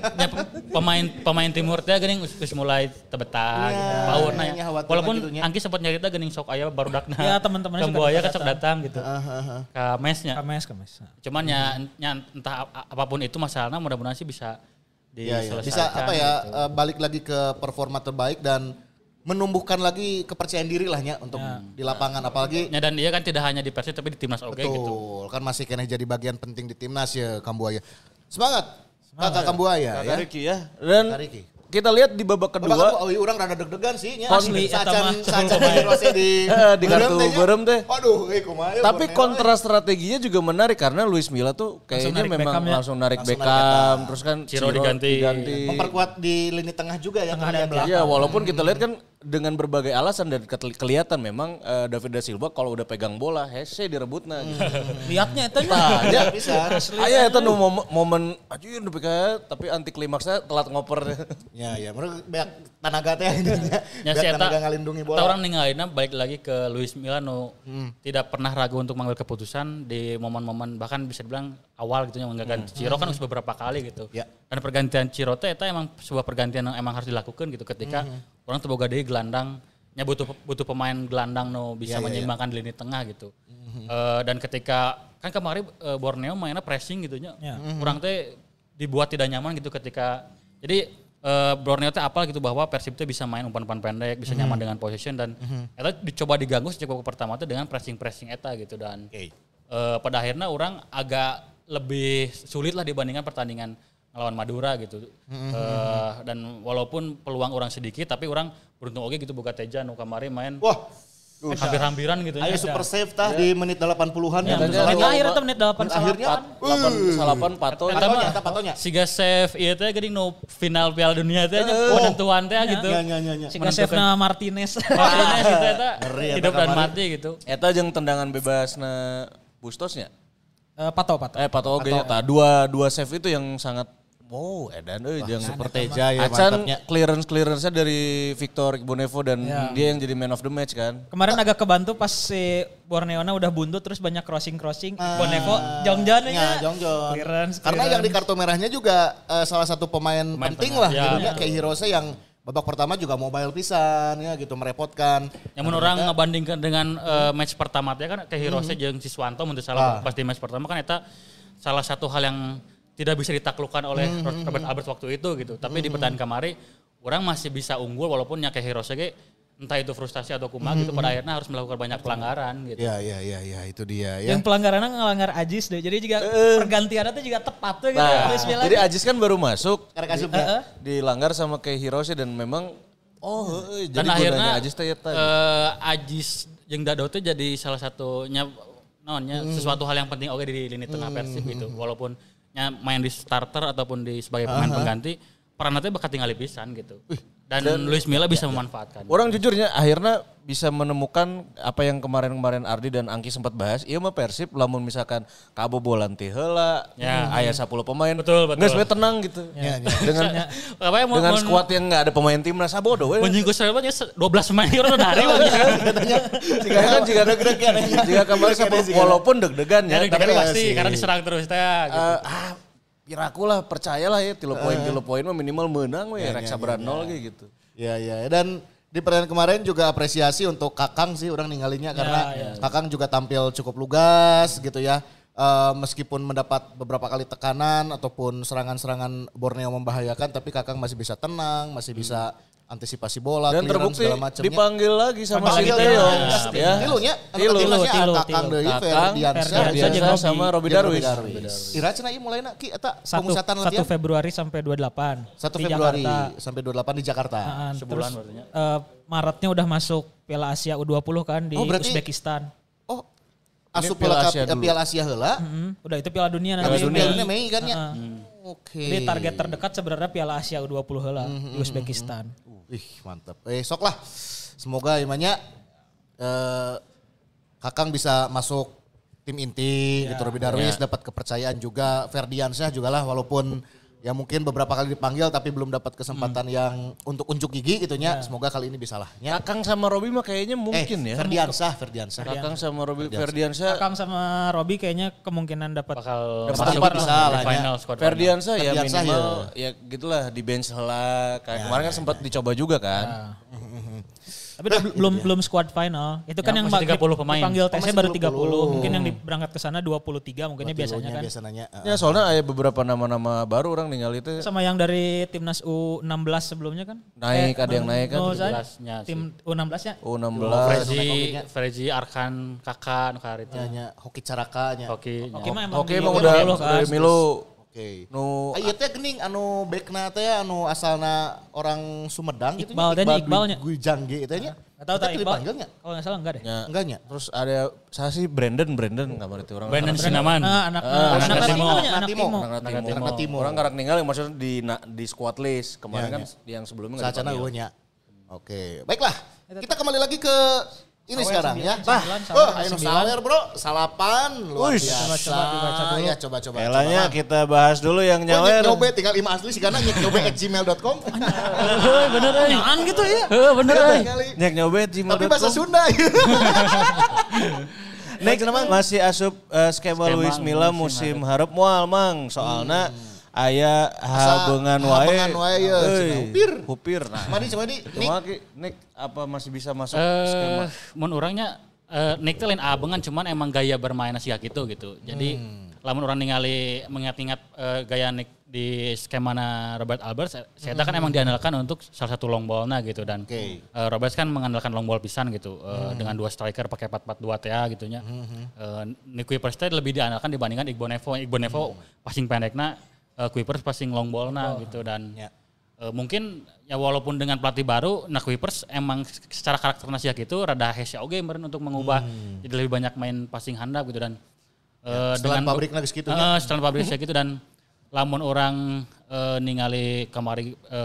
S5: pemain timur teh geuning geus mulai tebetah powerna ya. Walaupun Angki sempat nyarita geuning sok aya barudakna.
S4: Ya teman-temannya
S5: Kambuaya kan sok datang gitu. Ka mesnya.
S4: Kames.
S5: Cuman ya entah apapun itu masalahnya mudah-mudahan sih bisa diselesaikan.
S3: Bisa apa ya
S5: gitu.
S3: balik lagi ke performa terbaik dan menumbuhkan lagi kepercayaan diri lah ya untuk di lapangan apalagi
S5: Ya dan dia kan tidak hanya di Persib tapi di timnas oke
S3: betul
S5: gitu.
S3: kan masih kena jadi bagian penting di timnas ya Kambuaya. Semangat Kakak Kambuaya ya.
S2: Ricky ya. Dan
S3: Kak Ricky.
S2: kita lihat di babak kedua
S3: orang rada deg-degan sih nya.
S4: Asli, eta mah.
S3: Sacan Hirose di
S2: di kartu berem teh.
S3: Waduh, kumaha.
S2: Tapi kontra strateginya juga menarik karena Luis Milla tuh kayaknya
S4: narik
S2: memang
S4: Beckham ya.
S2: langsung narik
S3: Langsung narik
S2: Beckham,
S3: Beckham.
S2: terus kan
S5: Ciro diganti.
S3: memperkuat di lini tengah juga ya
S4: Tengah dan
S3: terlihat ya.
S2: Iya, walaupun kita lihat kan dengan berbagai alasan dan kelihatan memang David da Silva kalau udah pegang bola hese direbutna gitu.
S4: Lihatnya itu
S2: Ya,
S3: Bisa.
S2: aya eta nu momen anjir nu PK tapi anti klimaksnya telat ngoper.
S3: Ya, menurut banyak tenaga teh intinya.
S5: Ya si
S3: Banyak tenaga ngalindungi bola.
S5: orang ninggalina balik lagi ke Luis Milla tidak pernah ragu untuk mengambil keputusan di momen-momen bahkan bisa dibilang awal gitu yang mengganti Ciro kan sudah beberapa kali gitu.
S3: Ya.
S5: Dan pergantian Ciro teh eta emang sebuah pergantian yang emang harus dilakukan gitu ketika orang teu boga deui gelandang nya butuh pemain gelandang bisa menyeimbangkan di lini tengah gitu. Dan ketika kan kemarin Borneo mainnya pressing gitu nya. Urang teh dibuat tidak nyaman gitu ketika jadi Borneo teh apal gitu bahwa Persib teh bisa main umpan-umpan pendek, bisa nyaman dengan position dan eta dicoba diganggu sejak babak pertama teh dengan pressing eta gitu dan pada akhirnya orang agak lebih sulit lah dibandingkan pertandingan ngelawan Madura gitu. Dan walaupun peluang orang sedikit tapi orang beruntung oke gitu boga Teja nu kamari main
S3: Wah,
S5: hampir-hampiran gitu.
S3: ayo super save tah di menit 80-an ya.
S4: menit akhir itu menit 8
S3: Akhirnya
S2: Salapan pato.
S3: patonya.
S5: Siga save ieu teh geuning nu final Piala Dunia teh penentuan teh gitu.
S3: Ya.
S4: Siga save-na Martinez.
S5: Martinez gitu eta
S3: Ngeri eta
S5: hidup dan
S3: kamari.
S5: mati gitu.
S2: Eta jeung tendangan bebasna Bustosnya.
S4: Pato.
S2: Pato oge nya tah. Dua save itu yang sangat edan jeung
S3: Superteja ya
S2: Acan
S3: mantapnya.
S2: clearance-nya dari Victor Igbonevo dan dia yang jadi man of the match kan.
S4: Kemarin agak kebantu pas si Borneona udah buntu terus banyak crossing. Bonevo jongjon
S3: Ya, jongjon.
S4: Clearance.
S3: Karena yang di kartu merahnya juga salah satu pemain penting lah
S5: ya.
S3: gitu ya. Kayak Hirose yang babak pertama juga mobile pisan ya gitu merepotkan.
S5: Yang mun orang ngebandingkan dengan match pertama teh kan kayak Hirose jeung Siswanto mun teu salah pas di match pertama kan eta salah satu hal yang tidak bisa ditaklukkan oleh Robert Alberts waktu itu gitu. Tapi di pertandingan kemarin orang masih bisa unggul walaupun nya kayak Hirose ge entah itu frustasi atau kumaha gitu pada akhirnya harus melakukan banyak pelanggaran gitu.
S3: Ya itu dia ya.
S4: Yang pelanggarannya ngelanggar Ajis deh. Jadi juga pergantiannya tuh juga tepat tuh gitu.
S2: Nah, jadi Ajis kan baru masuk
S3: Karek asupnya.
S2: dilanggar sama kayak Hirose dan memang jadi
S5: Dan akhirnya
S2: gunanya Ajis teh eta.
S5: Ajis jeung Dado teh jadi salah satunya sesuatu hal yang penting oke di lini tengah Persib gitu. Walaupun main di starter ataupun di sebagai pemain pengganti perannya bakal tinggal pisan gitu. Dan Luis Milla bisa memanfaatkan.
S2: Orang jujurnya akhirnya bisa menemukan apa yang kemarin Ardi dan Angki sempat bahas. Iya mah Persib lamun misalkan kabobolan teh heula, aya 10 pemain.
S5: Betul.
S2: Geus we tenang gitu. Dengan skuad yang enggak ada pemain timnas sabodo we.
S5: Menjingkus saya 12 pemain orang dari
S2: Jika kemarin walaupun deg-degan ya,
S5: tapi pasti karena diserang terus teh gitu.
S2: Piraku lah, percayalah ya, 3 poin mah minimal menang we, reksa berat 0 gitu.
S3: Ya dan di pertandingan kemarin juga apresiasi untuk Kakang sih orang ninggalinya karena Kakang juga tampil cukup lugas gitu ya. Meskipun mendapat beberapa kali tekanan ataupun serangan-serangan Borneo membahayakan tapi Kakang masih bisa tenang, masih bisa antisipasi bola,
S2: dan terbukti
S3: segala macamnya.
S2: Dipanggil lagi sama
S3: Panggil
S2: Sinteyong.
S3: ya. Tilunya, Kakang deui
S2: Ferdiansyah sama Robi Darwis.
S3: Ira cenah ieu mulai ki eta
S4: 1
S3: pemusatan latihan.
S4: Februari sampai 28.
S3: 1 Februari sampai 28 di Jakarta.
S5: Sebulan
S4: Terus
S5: berarti.
S4: Maretnya udah masuk Piala Asia U20 kan di Uzbekistan.
S3: Oh, asup
S2: Piala Asia
S3: Piala Asia heula.
S4: Udah itu Piala Dunia nanti.
S3: Piala Dunia Mei kan ya. Oke.
S4: Jadi target terdekat sebenarnya Piala Asia U20 heula di Uzbekistan.
S3: Wih mantap. Sok lah. Semoga imannya Kakang bisa masuk tim inti gitu. Robi Darwis dapat kepercayaan juga. Ferdiansyah juga lah walaupun ya mungkin beberapa kali dipanggil tapi belum dapat kesempatan yang untuk unjuk gigi gitu nya. Semoga kali ini bisa lah.
S2: Kakang sama Robi mah kayaknya mungkin ya.
S3: Ferdiansyah.
S2: Kakang sama Robi Ferdiansyah.
S4: Kakang sama Robi kayaknya kemungkinan dapat
S5: masuk
S3: bisa lah,
S5: final squad.
S2: Ferdiansyah ya
S3: Ferdiansyah
S2: minimal ya gitulah di bench heula. Kayak kemarin kan sempat dicoba juga kan.
S4: Tapi belum squad final. Itu kan
S5: Ya,
S4: yang
S5: masih 30 pemain.
S4: dipanggil tesnya baru
S3: 30.
S4: 30. Mungkin yang berangkat ke sana 23 mungkinnya biasanya kan.
S2: Ya soalnya ada beberapa nama-nama baru orang tinggal itu.
S4: Sama yang dari timnas U16 sebelumnya kan.
S2: Naik, ada yang naik kan.
S4: Tim U16-nya.
S2: U16.
S5: Freji, Arkan, Kakak, Nukaritnya.
S3: Nya hoki carakanya.
S5: Hoki.
S4: Oke mah emang
S2: Oke
S4: di
S2: emang
S4: U20
S2: udah
S4: kan.
S2: dari Milo.
S3: Oke.
S2: Nu
S3: Ieu teh geuning anu bekna teh anu asalna orang Sumedang gitu
S4: Iqbal teh Iqbalnya.
S3: Gue jangge teh nya.
S4: Enggak tahu tak Iqbal.
S3: dipanggilnya.
S4: Kalau enggak salah enggak deh.
S2: ya.
S3: Enggaknya.
S2: Terus ada saya sih Brandon nggak ngerti orang.
S5: Brandon Sinaman.
S4: Anak
S5: Timo.
S3: Anak Timo.
S2: Orang karak ninggal maksudnya di squad list kemarin kan yang sebelumnya nggak
S3: Sacana
S2: dipanggil.
S3: eueuh nya. Oke, baiklah. Kita kembali lagi ke ini sekarang ya. Ayo sawer bro, salapan luar biasa.
S4: Coba dibaca dulu.
S3: Ya coba.
S2: Elanya kita bahas dulu yang nyawer.
S3: Nyobe tinggal ima asli sih karena nyobe@gmail.com.
S4: Bener jangan gitu ya.
S5: Bener.
S2: Nyek nyobet
S3: Tapi bahasa Sunda.
S2: Next masih asup skema Luis Milla musim hareup moal mang soalna aya habeungan wae. Hupir. Nah,
S3: Cuma di
S2: Nek apa masih bisa masuk skema?
S5: Mun orangnya Nick teh lain abengan cuman emang gaya bermainnya sih gitu. Jadi lamun orang ningali mengingat-ingat gaya Nick di skemana Robert Alberts, saya kan emang diandalkan untuk salah satu long ball-na gitu dan Roberts kan mengandalkan long ball pisan gitu dengan 2 striker pakai 4-4-2 teh gitunya. Nick Kuipers teh lebih diandalkan dibandingkan Igbonevo passing pendekna, Kuipers passing long ball-na gitu dan mungkin ya walaupun dengan pelatih baru, nah Kuipers emang secara karakternya sih gitu rada hese oge meureun untuk mengubah jadi lebih banyak main passing handap gitu dan
S3: dengan pabrik lagi segitu nya.
S5: Setelah pabrik gitu dan lamun orang ningali kamari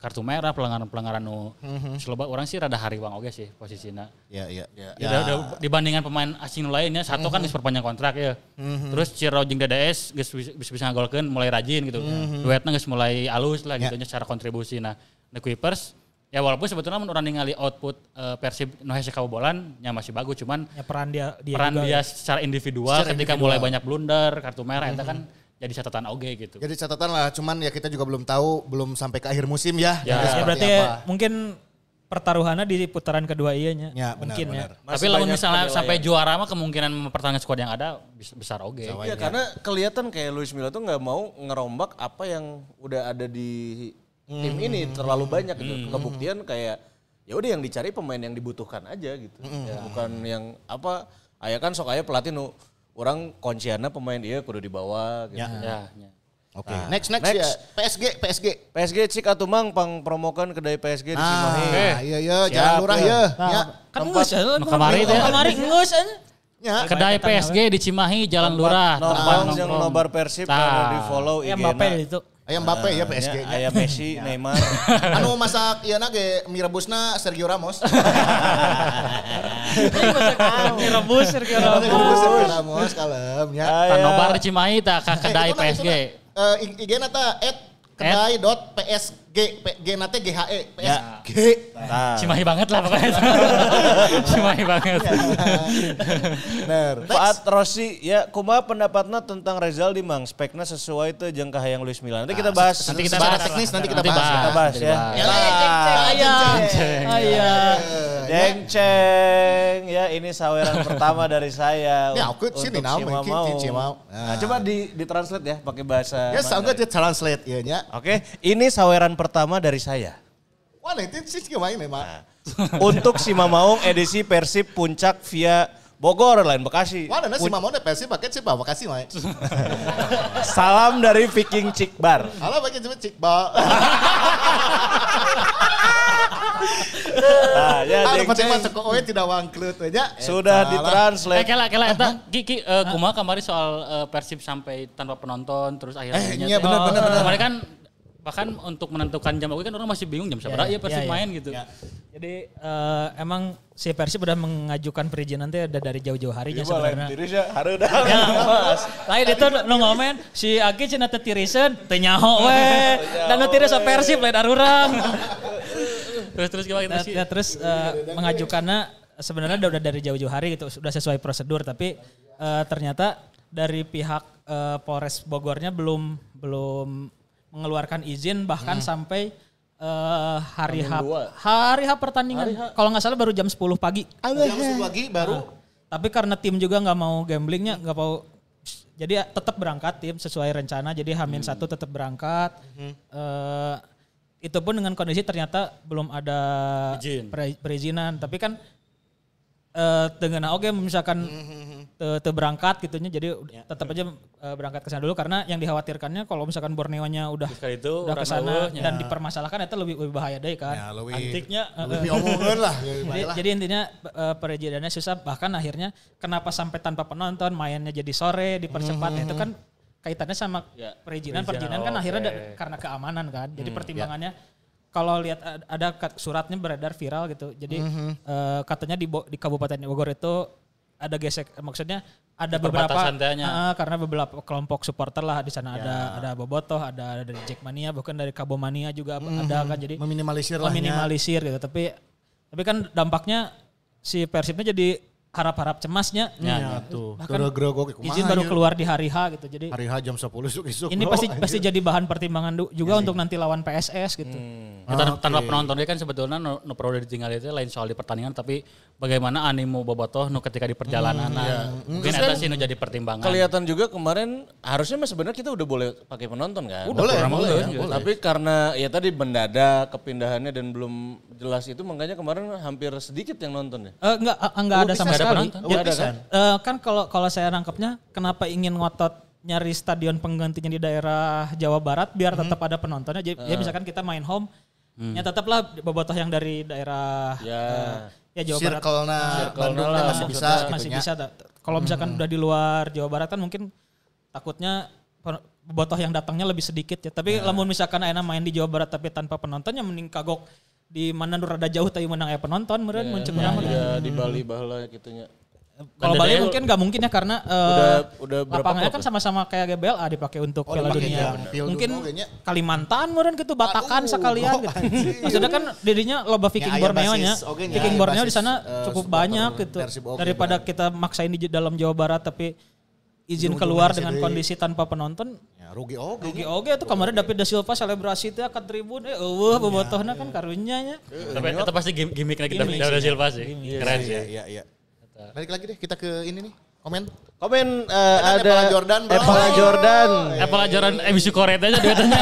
S5: kartu merah, pelanggaran nu sloba orang sih rada hariwang oge sih posisinya.
S3: Iya.
S5: Udah dibandingkan pemain asing lainnya, satu kan geus perpanjang kontrak ya. Terus Ciro jeung DDS geus bisa ngagolkeun mulai rajin gitu. Duetna geus mulai alus lah gitu nya secara kontribusi. Nah, The Clippers ya walaupun sebetulnya mun urang ningali output Persib nu hese kabobolan nya masih bagus, cuman
S4: Ya peran dia
S5: dia secara individual ketika mulai banyak blunder, kartu merah itu kan jadi catatan oge gitu.
S3: Jadi catatan lah, cuman ya kita juga belum tahu, belum sampai ke akhir musim ya.
S5: Ya,
S3: Jadi
S4: Ya berarti
S3: apa.
S4: mungkin pertaruhannya di putaran kedua nya.
S3: Ya, benar,
S4: mungkin
S3: benar.
S4: ya.
S5: Tapi kalau misalnya sampai juara mah kemungkinan mempertahankan squad yang ada besar oge.
S2: Iya karena kelihatan kayak Luis Milla tuh nggak mau ngerombak apa yang udah ada di tim ini terlalu banyak gitu. Kebuktian kayak ya udah yang dicari pemain yang dibutuhkan aja gitu. Ya, bukan yang apa aya kan sok aya pelatih nu orang kunciana pemain dia kudu dibawa gitu.
S5: Ya.
S3: Oke. Next ya PSG.
S2: Cik atuh mang pang promokan kedai PSG di Cimahi.
S3: Iya,
S2: Siap,
S3: Jalan Lurah
S2: ya.
S3: ya.
S4: Kan geus
S5: Kamari teh.
S4: Kamari geus
S3: Ya.
S5: Kedai PSG di Cimahi Jalan Lurah.
S2: Nongkrong jeung nobar Persib kada di-follow
S4: Ya
S2: IG-na.
S4: Mbappe itu.
S3: Aya Mbappe ya PSG.
S2: Aya Messi, Neymar.
S3: Anu masak ieu na ge mie rebusna Sergio Ramos.
S4: Rebus Sergio Ramos.
S3: Sergio Ramos kalem ya.
S5: Nobar di Cimahi tah ka kedai PSG.
S3: IG-na ta @kedai.psg G-na teh GHE PSG.
S5: Cimahi banget lah pokoknya. Cimahi banget.
S3: Bener.
S2: Fuad Rossi, ya kumaha pendapatna tentang Rezaldi Mang? Spekna sesuai teu jeung kahayang Luis Milla. Nanti kita bahas.
S3: Nanti kita bahas teknis, nanti kita bahas.
S2: Kita bahas ya. Jeng-ceng. Ya ini saweran pertama dari saya.
S3: Ya aku sini
S2: untuk
S3: nama
S2: Cimau. Nah, coba di-translate ya pakai bahasa.
S3: Ya
S2: Mandarin.
S3: sangat ya translate ya nya.
S2: Oke, ini saweran pertama dari saya.
S3: Wah, itu sih gimana memang.
S2: Untuk si Mamaung edisi Persib Puncak via Bogor lain Bekasi.
S3: Wah, si Mamon Persib pakai sih bawa kasih mah.
S2: Salam dari Viking Cikbar.
S3: Halo pakai cuma cikbal.
S2: Nah, ya
S3: Penting mah ceko oe tidak wangkleut we nya.
S2: sudah ditranslate.
S5: Kela eta kumaha kamari soal Persib sampai tanpa penonton terus akhirnya.
S3: Iya benar.
S5: Kemarin kan bahkan untuk menentukan jam oke kan orang masih bingung jam seberapa ya Persib main gitu.
S4: Jadi emang si Persib udah mengajukan perizinan teh udah dari jauh-jauh harinya sebenarnya.
S2: Tirisnya hareudah.
S4: Lain itu nu ngomen si Agi cenah teu tiriseun teu nyaho we. Dan nu tiris Persib lain arurang.
S5: Terus gimana sih?
S4: Terus mengajukannya sebenarnya udah dari jauh-jauh hari gitu, sudah sesuai prosedur tapi ternyata dari pihak Polres Bogornya belum mengeluarkan izin bahkan sampai hari H pertandingan. Kalau nggak salah baru jam 10 pagi.
S3: Jam 10 pagi baru.
S4: Tapi karena tim juga nggak mau gamblingnya, nggak mau. Jadi tetap berangkat tim sesuai rencana. Jadi H-1 tetap berangkat. Itu pun dengan kondisi ternyata belum ada perizinan. Tapi kan dengan misalkan berangkat gitunya, jadi tetap aja berangkat ke sana dulu karena yang dikhawatirkannya kalau misalkan Borneo-nya udah ke sana dan dipermasalahkan itu lebih bahaya deh kan.
S3: Ya,
S4: Antiknya
S3: lebih omongan lah.
S4: jadi intinya perizinannya susah, bahkan akhirnya kenapa sampai tanpa penonton, mainnya jadi sore, dipercepat itu kan kaitannya sama perizinan kan akhirnya karena keamanan kan. Jadi pertimbangannya kalau lihat ada suratnya beredar viral gitu. Jadi katanya di Kabupaten Bogor itu ada gesek, maksudnya ada beberapa karena beberapa kelompok supporter lah di sana ada Bobotoh, ada dari Jackmania, bahkan dari Kabomania juga ada kan, jadi meminimalisir gitu. Tapi kan dampaknya si Persibnya jadi harap-harap cemasnya. Bahkan izin baru keluar di hari H gitu. Jadi
S3: hari H jam 10 isuk.
S4: Ini pasti jadi bahan pertimbangan juga untuk nanti lawan PSS gitu.
S5: Tanpa penonton dia kan sebetulnya no perlu ditinggal itu lain soal di pertandingan, tapi bagaimana animo Bobotoh ketika di perjalanan. Mungkin itu sih jadi pertimbangan.
S2: Kelihatan juga kemarin harusnya sebenarnya kita udah boleh pakai penonton kan.
S3: Boleh.
S2: Tapi karena ya tadi mendadak kepindahannya dan belum jelas itu, makanya kemarin hampir sedikit yang nonton ya.
S4: Enggak ada sama sekali.
S2: Kan
S4: kalau saya nangkepnya kenapa ingin ngotot nyari stadion penggantinya di daerah Jawa Barat biar tetap ada penontonnya. Jadi misalkan kita main home, ya tetaplah Bobotoh yang dari daerah Jawa Barat.
S3: Bandungnya masih bisa.
S4: Kalau misalkan udah di luar Jawa Barat kan mungkin takutnya botoh yang datangnya lebih sedikit ya. Tapi lamun misalkan ayeuna main di Jawa Barat tapi tanpa penonton ya mending kagok di mana nu rada jauh tapi menang aya penonton meureun mun ceuk urang.
S2: Ya di Bali baheula gitunya.
S4: Kalau Bali mungkin nggak mungkin ya karena
S2: udah berapa
S4: lapangannya
S2: klub
S4: kan sama-sama kayak GBLA dipakai untuk Piala Dunia. Mungkin Kalimantan meureun gitu Batakan sekalian gitu. Maksudnya kan dirinya loba Viking Borneo-nya. Viking Borneo di sana cukup banyak gitu. Daripada kita maksain di dalam Jawa Barat tapi izin keluar dengan kondisi tanpa penonton.
S3: Ya, rugi oge.
S4: Rugi oge tuh kemarin David da Silva selebrasi teh ke tribun bobotohna kan karunya nya.
S5: Tapi itu pasti gimmick lagi David Silva sih. Keren sih.
S3: Iya. Balik lagi deh kita ke ini nih. Komen
S1: ada
S3: Epala Jordan, bro.
S5: Epala Jordan emisi koret aja duetnya.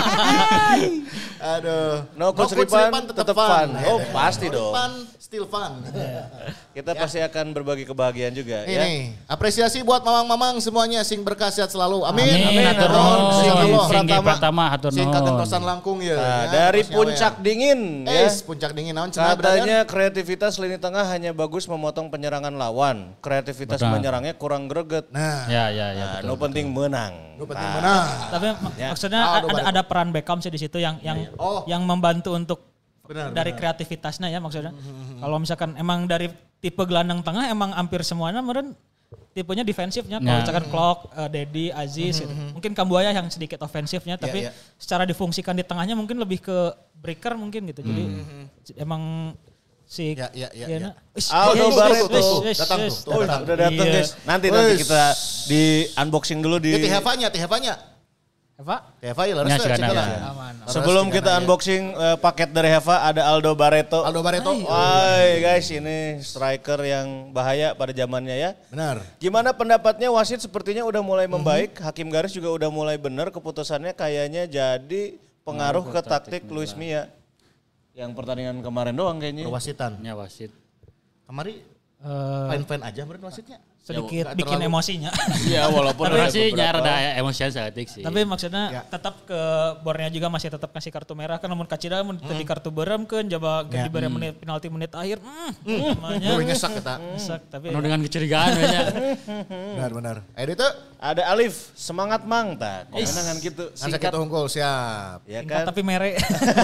S3: Aduh.
S1: No Coach Ripan tetap fun. Oh pasti dong.
S3: Fun, still fun.
S1: Kita pasti akan berbagi kebahagiaan juga ya.
S3: Ini apresiasi buat mamang-mamang semuanya sing berkah sehat selalu. Amin.
S5: Hatur nuhun. Singgi Pratama hatur
S3: Sing
S5: nuhun.
S3: kagentosan langkung ya.
S1: Nah, dari Puncak Dingin ya.
S3: Puncak Dingin naon cenah
S1: Katanya kreativitas lini tengah hanya bagus memotong penyerangan lawan. Kreativitas menyerangnya kurang greget.
S3: Nah,
S5: Ya,
S1: Nah, no penting menang.
S3: lu penting menang.
S4: Tapi maksudnya ada peran Beckham sih di situ yang membantu untuk dari kreativitasnya ya maksudnya. Kalau misalkan emang dari tipe gelandang tengah emang hampir semuanya meren tipenya defensifnya. Kalau misalkan Klok, Dedi, Aziz gitu. Mungkin Kambuaya yang sedikit ofensifnya tapi secara difungsikan di tengahnya mungkin lebih ke breaker mungkin gitu. Jadi emang si
S1: Aldo Barreto
S3: datang tuh.
S1: Udah datang guys. Nanti kita di unboxing dulu di
S3: Teh Hevanya.
S4: Eva?
S3: Heva ya laras
S5: Ya,
S1: sebelum kita unboxing paket dari Heva ada Aldo Barreto. Wah guys ini striker yang bahaya pada zamannya ya.
S3: Benar.
S1: Gimana pendapatnya wasit sepertinya udah mulai membaik. Hakim garis juga udah mulai benar keputusannya kayaknya jadi pengaruh ke taktik Luis Milla. Yang pertandingan kemarin doang kayaknya.
S3: Perwasitan.
S5: Ya wasit.
S3: Kemari fine-fine aja menurut wasitnya.
S4: Sedikit bikin emosinya.
S2: Iya walaupun
S5: Tapi sih rada emosian saeutik sih.
S4: Tapi maksudnya tetap ke bornya juga masih tetap kasih kartu merah kan namun kacida mun tadi kartu berem kan coba diberi menit penalti menit akhir. Namanya.
S3: Nyesak kita.
S4: Nyesak tapi
S5: Penuh dengan kecurigaan nya.
S3: Benar. Itu
S1: Ada Alif, semangat mang tak. Komenangan gitu.
S3: sakit unggul siap.
S1: Ya
S4: kan?
S1: kan?
S4: Tapi mere.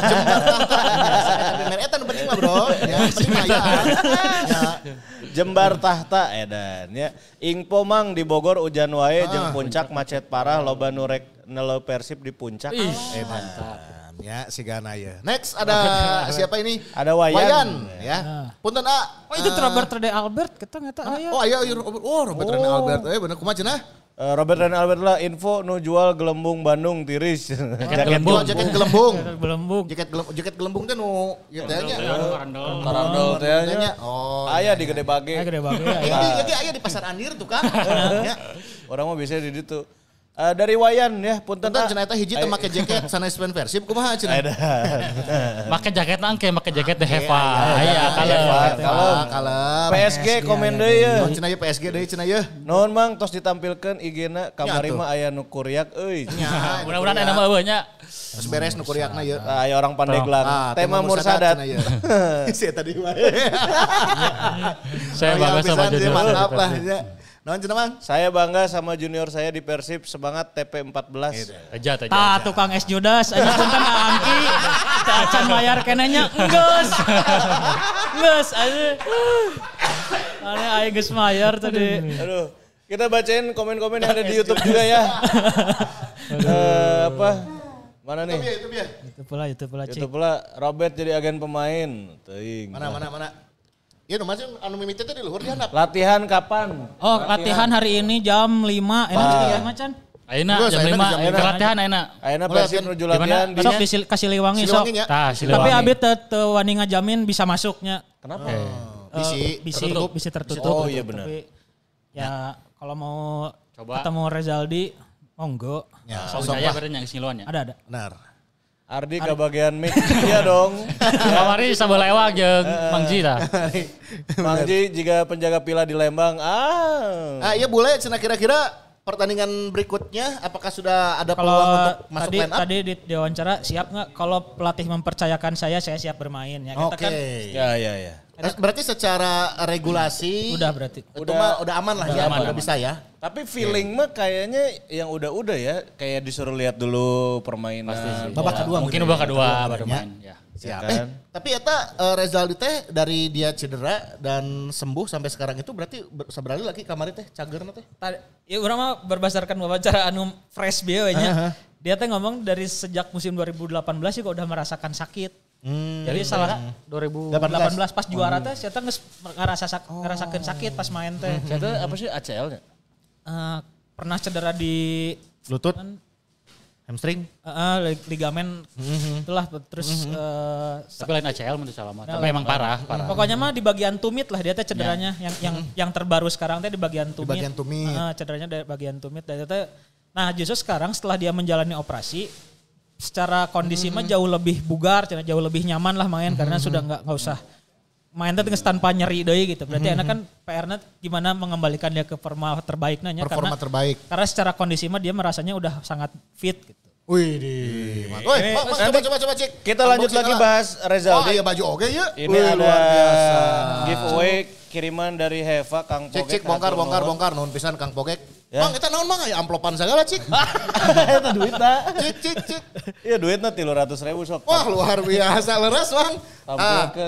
S3: Tapi mereka nu penting mah bro. Ya, penting ayaan.
S1: Jembar tahta edan ya. Ingpo mang di Bogor hujan wae jeung puncak macet parah loba nu rek nelo Persib di puncak.
S3: Mantap. Ya si Gana ya. Next ada siapa ini?
S1: Ada Wayan.
S3: Ya. Punten A.
S4: Oh itu Robert Rene Albert kita nggak tahu ya.
S3: Oh iya Robert Rene Albert. Bener kumaha cenah?
S1: Robert Rene Albert lah info nu jual gelembung Bandung tiris.
S3: Jaket gelembung. Jaket gelembung teh nu ieu teh nya.
S2: Karandel teh nya.
S3: Oh.
S1: Aya di Gede Bage.
S4: Gede banget.
S3: Iya aya di Pasar Andir tuh kan. Ya.
S1: Orang mah biasanya di ditu. Dari Wayan ya, punten
S3: cenah eta hiji teh make jaket sanes fan Persib kumaha cenah?
S5: Make jaket nangke, make jaket teh Heva. Aya
S3: kalem.
S1: PSG komen deui ya.
S3: Cenah ye PSG deui cenah ye.
S1: Naon mang tos ditampilkeun IG-na kamari mah aya nu kuryak euy.
S5: Mudah-mudahan enak mah eueunya.
S3: Terus beres nu kuriakna ye.
S1: Aya orang Pandeglang. Tema Mursadat.
S3: Si tadi wae.
S5: Saya bangga sama junior.
S3: Mantap lah. Naon cenah mang?
S1: Saya bangga sama junior saya di Persib, semangat TP14.
S5: Aja.
S4: Tukang es Judas aja punten angki. Acan mayar kenanya geus aja. Ane aya geus mayar tadi.
S1: Aduh, kita bacain komen-komen yang ada di YouTube juga ya. Mana nih?
S4: Itu pula.
S1: YouTube pula Robert jadi agen pemain. Teuing.
S3: Mana? Iya nu masih anu mimiti teh di luhur di handap.
S1: Latihan kapan?
S4: Oh, latihan hari ini jam 5. Enak ya macan.
S5: Ayeuna jam 5 latihan ayeuna.
S1: Ayeuna Persib nuju latihan di
S4: Sok kasih Siliwangi sok. Tapi abi teu wani ngajamin bisa masuknya.
S1: Kenapa?
S4: Bisa tertutup.
S1: Oh iya benar.
S4: Tapi ya kalau mau
S5: coba
S4: ketemu Rezaldi monggo.
S5: Ya, saya berarti yang Siluannya.
S4: Ada.
S3: Benar.
S1: Ardi ke bagian mic. Iya dong.
S5: Kamari sabelah ewak jeung Mang Ji tah.
S1: Mang Ji jika penjaga pila di Lembang.
S3: Iya boleh cenah kira-kira pertandingan berikutnya apakah sudah ada peluang untuk masuk line up?
S4: Tadi di wawancara siap nggak kalau pelatih mempercayakan saya siap bermain ya. Kita kan
S2: Ya.
S3: Berarti secara regulasi
S4: udah berarti.
S3: Udah aman lah ya, udah bisa ya.
S2: Tapi feeling mah kayaknya yang udah ya, kayak disuruh lihat dulu permainan.
S3: Babak kedua
S5: mungkin babak kedua baru main. Ya.
S3: Siap.
S2: kan?
S3: Tapi eta Rezaldi teh dari dia cedera dan sembuh sampai sekarang itu berarti seberali lagi kamari teh cagerna teh.
S4: Ya urang mah berdasarkan wawancara anu fresh bieu nya. Dia teh ngomong dari sejak musim 2018 juga udah merasakan sakit. Jadi salah 2018 pas juara teh saya teh ngerasakeun sakit pas main teh.
S2: Saya apa sih ACL-nya?
S4: Pernah cedera di
S3: Lutut, hamstring,
S4: ligamen itulah terus
S5: Tapi lain ACL menurut Salamat. Tapi emang parah.
S4: pokoknya mah di bagian tumit lah dia teh cederanya yang terbaru sekarang teh di bagian tumit.
S3: Di bagian tumit.
S4: Cederanya dari bagian tumit dan itu nah justru sekarang setelah dia menjalani operasi secara kondisi mah jauh lebih bugar, jauh lebih nyaman lah main karena sudah nggak usah main teh tanpa nyeri deui gitu. Berarti enak kan PR-nya gimana mengembalikan dia ke performa terbaiknya
S3: performa terbaik.
S4: Karena secara kondisi mah dia merasanya udah sangat fit gitu.
S3: Wih, coba cek.
S2: Kita lanjut lagi bahas Rezaldi.
S3: Oh iya baju oke ya.
S2: Ini ada giveaway kiriman dari Heva Kang Pogek.
S3: Cek bongkar nuhun pisan Kang Pogek.
S2: Ya.
S3: Bang, kita naon ya amplopan segala cik.
S2: Eta duitna.
S3: Cik.
S2: Iya duitna 300.000 sok.
S3: Wah luar biasa leres bang.
S2: Tampilkeun.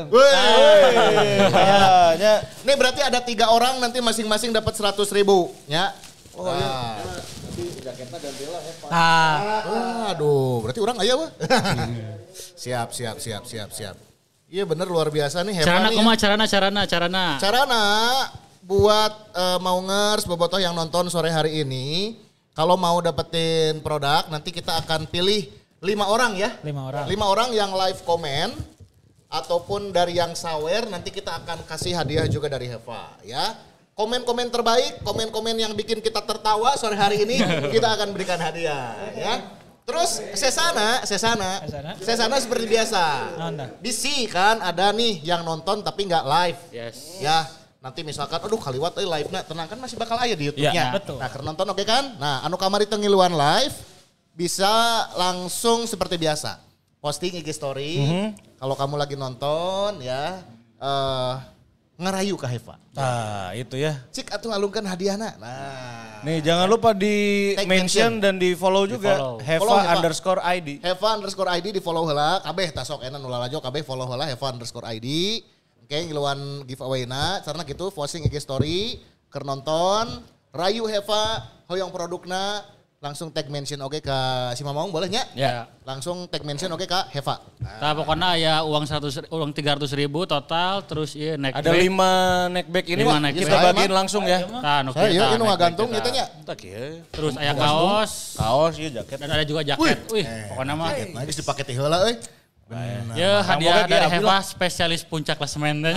S3: Ini berarti ada 3 orang nanti masing-masing dapat 100.000 ya. Oh iya. Jaketnya gantilah Heva. Aduh, berarti orang aya wah. Siap. Iya bener luar biasa nih Heva. Carana buat maungers bobotoh yang nonton sore hari ini, kalau mau dapetin produk nanti kita akan pilih 5 orang ya.
S4: 5 orang.
S3: 5 orang yang live komen ataupun dari yang sawer nanti kita akan kasih hadiah juga dari Heva ya. Komen-komen terbaik, komen-komen yang bikin kita tertawa sore hari ini kita akan berikan hadiah ya. Terus Sesana seperti biasa. Bisi kan ada nih yang nonton tapi nggak live.
S5: Yes.
S3: Ya. Nanti misalkan, aduh kaliwat live-nya, tenang kan masih bakal aya di YouTube-nya.
S4: Ya, betul.
S3: Nah, keur nonton oke kan? Nah, anu kamari tengiluan live, bisa langsung seperti biasa. Posting IG story, kalau kamu lagi nonton ya, ngerayu ke Heva.
S2: Nah itu ya.
S3: Cik atuh alungkan hadiahna. Nah.
S2: Nih jangan lupa di mention dan di follow juga. Heva_ID.
S3: Heva_ID di follow heula. Kabeh tasok enak ulah lajo kabeh follow heula Heva_ID. Oke, ngiluan giveaway-na, karena gitu posting IG story, keur nonton, rayu Heva, hoyong produkna, langsung tag mention oke ke si Mamaung boleh nya?
S5: Ya.
S3: Langsung tag mention oke ke Heva.
S5: Nah, pokoknya ya uang 300.000 total, terus iya neckback.
S2: Ada 5 neckback ini kita bagiin langsung ya.
S5: Nah,
S3: Saya ini gantung gitu nya.
S5: Terus aya kaos,
S2: iya jaket.
S5: dan ada juga jaket. Wih, pokoknya mah.
S3: Nah, geus dipake teh heula euy.
S5: Ya hadiah dari Heva spesialis puncak klasemen.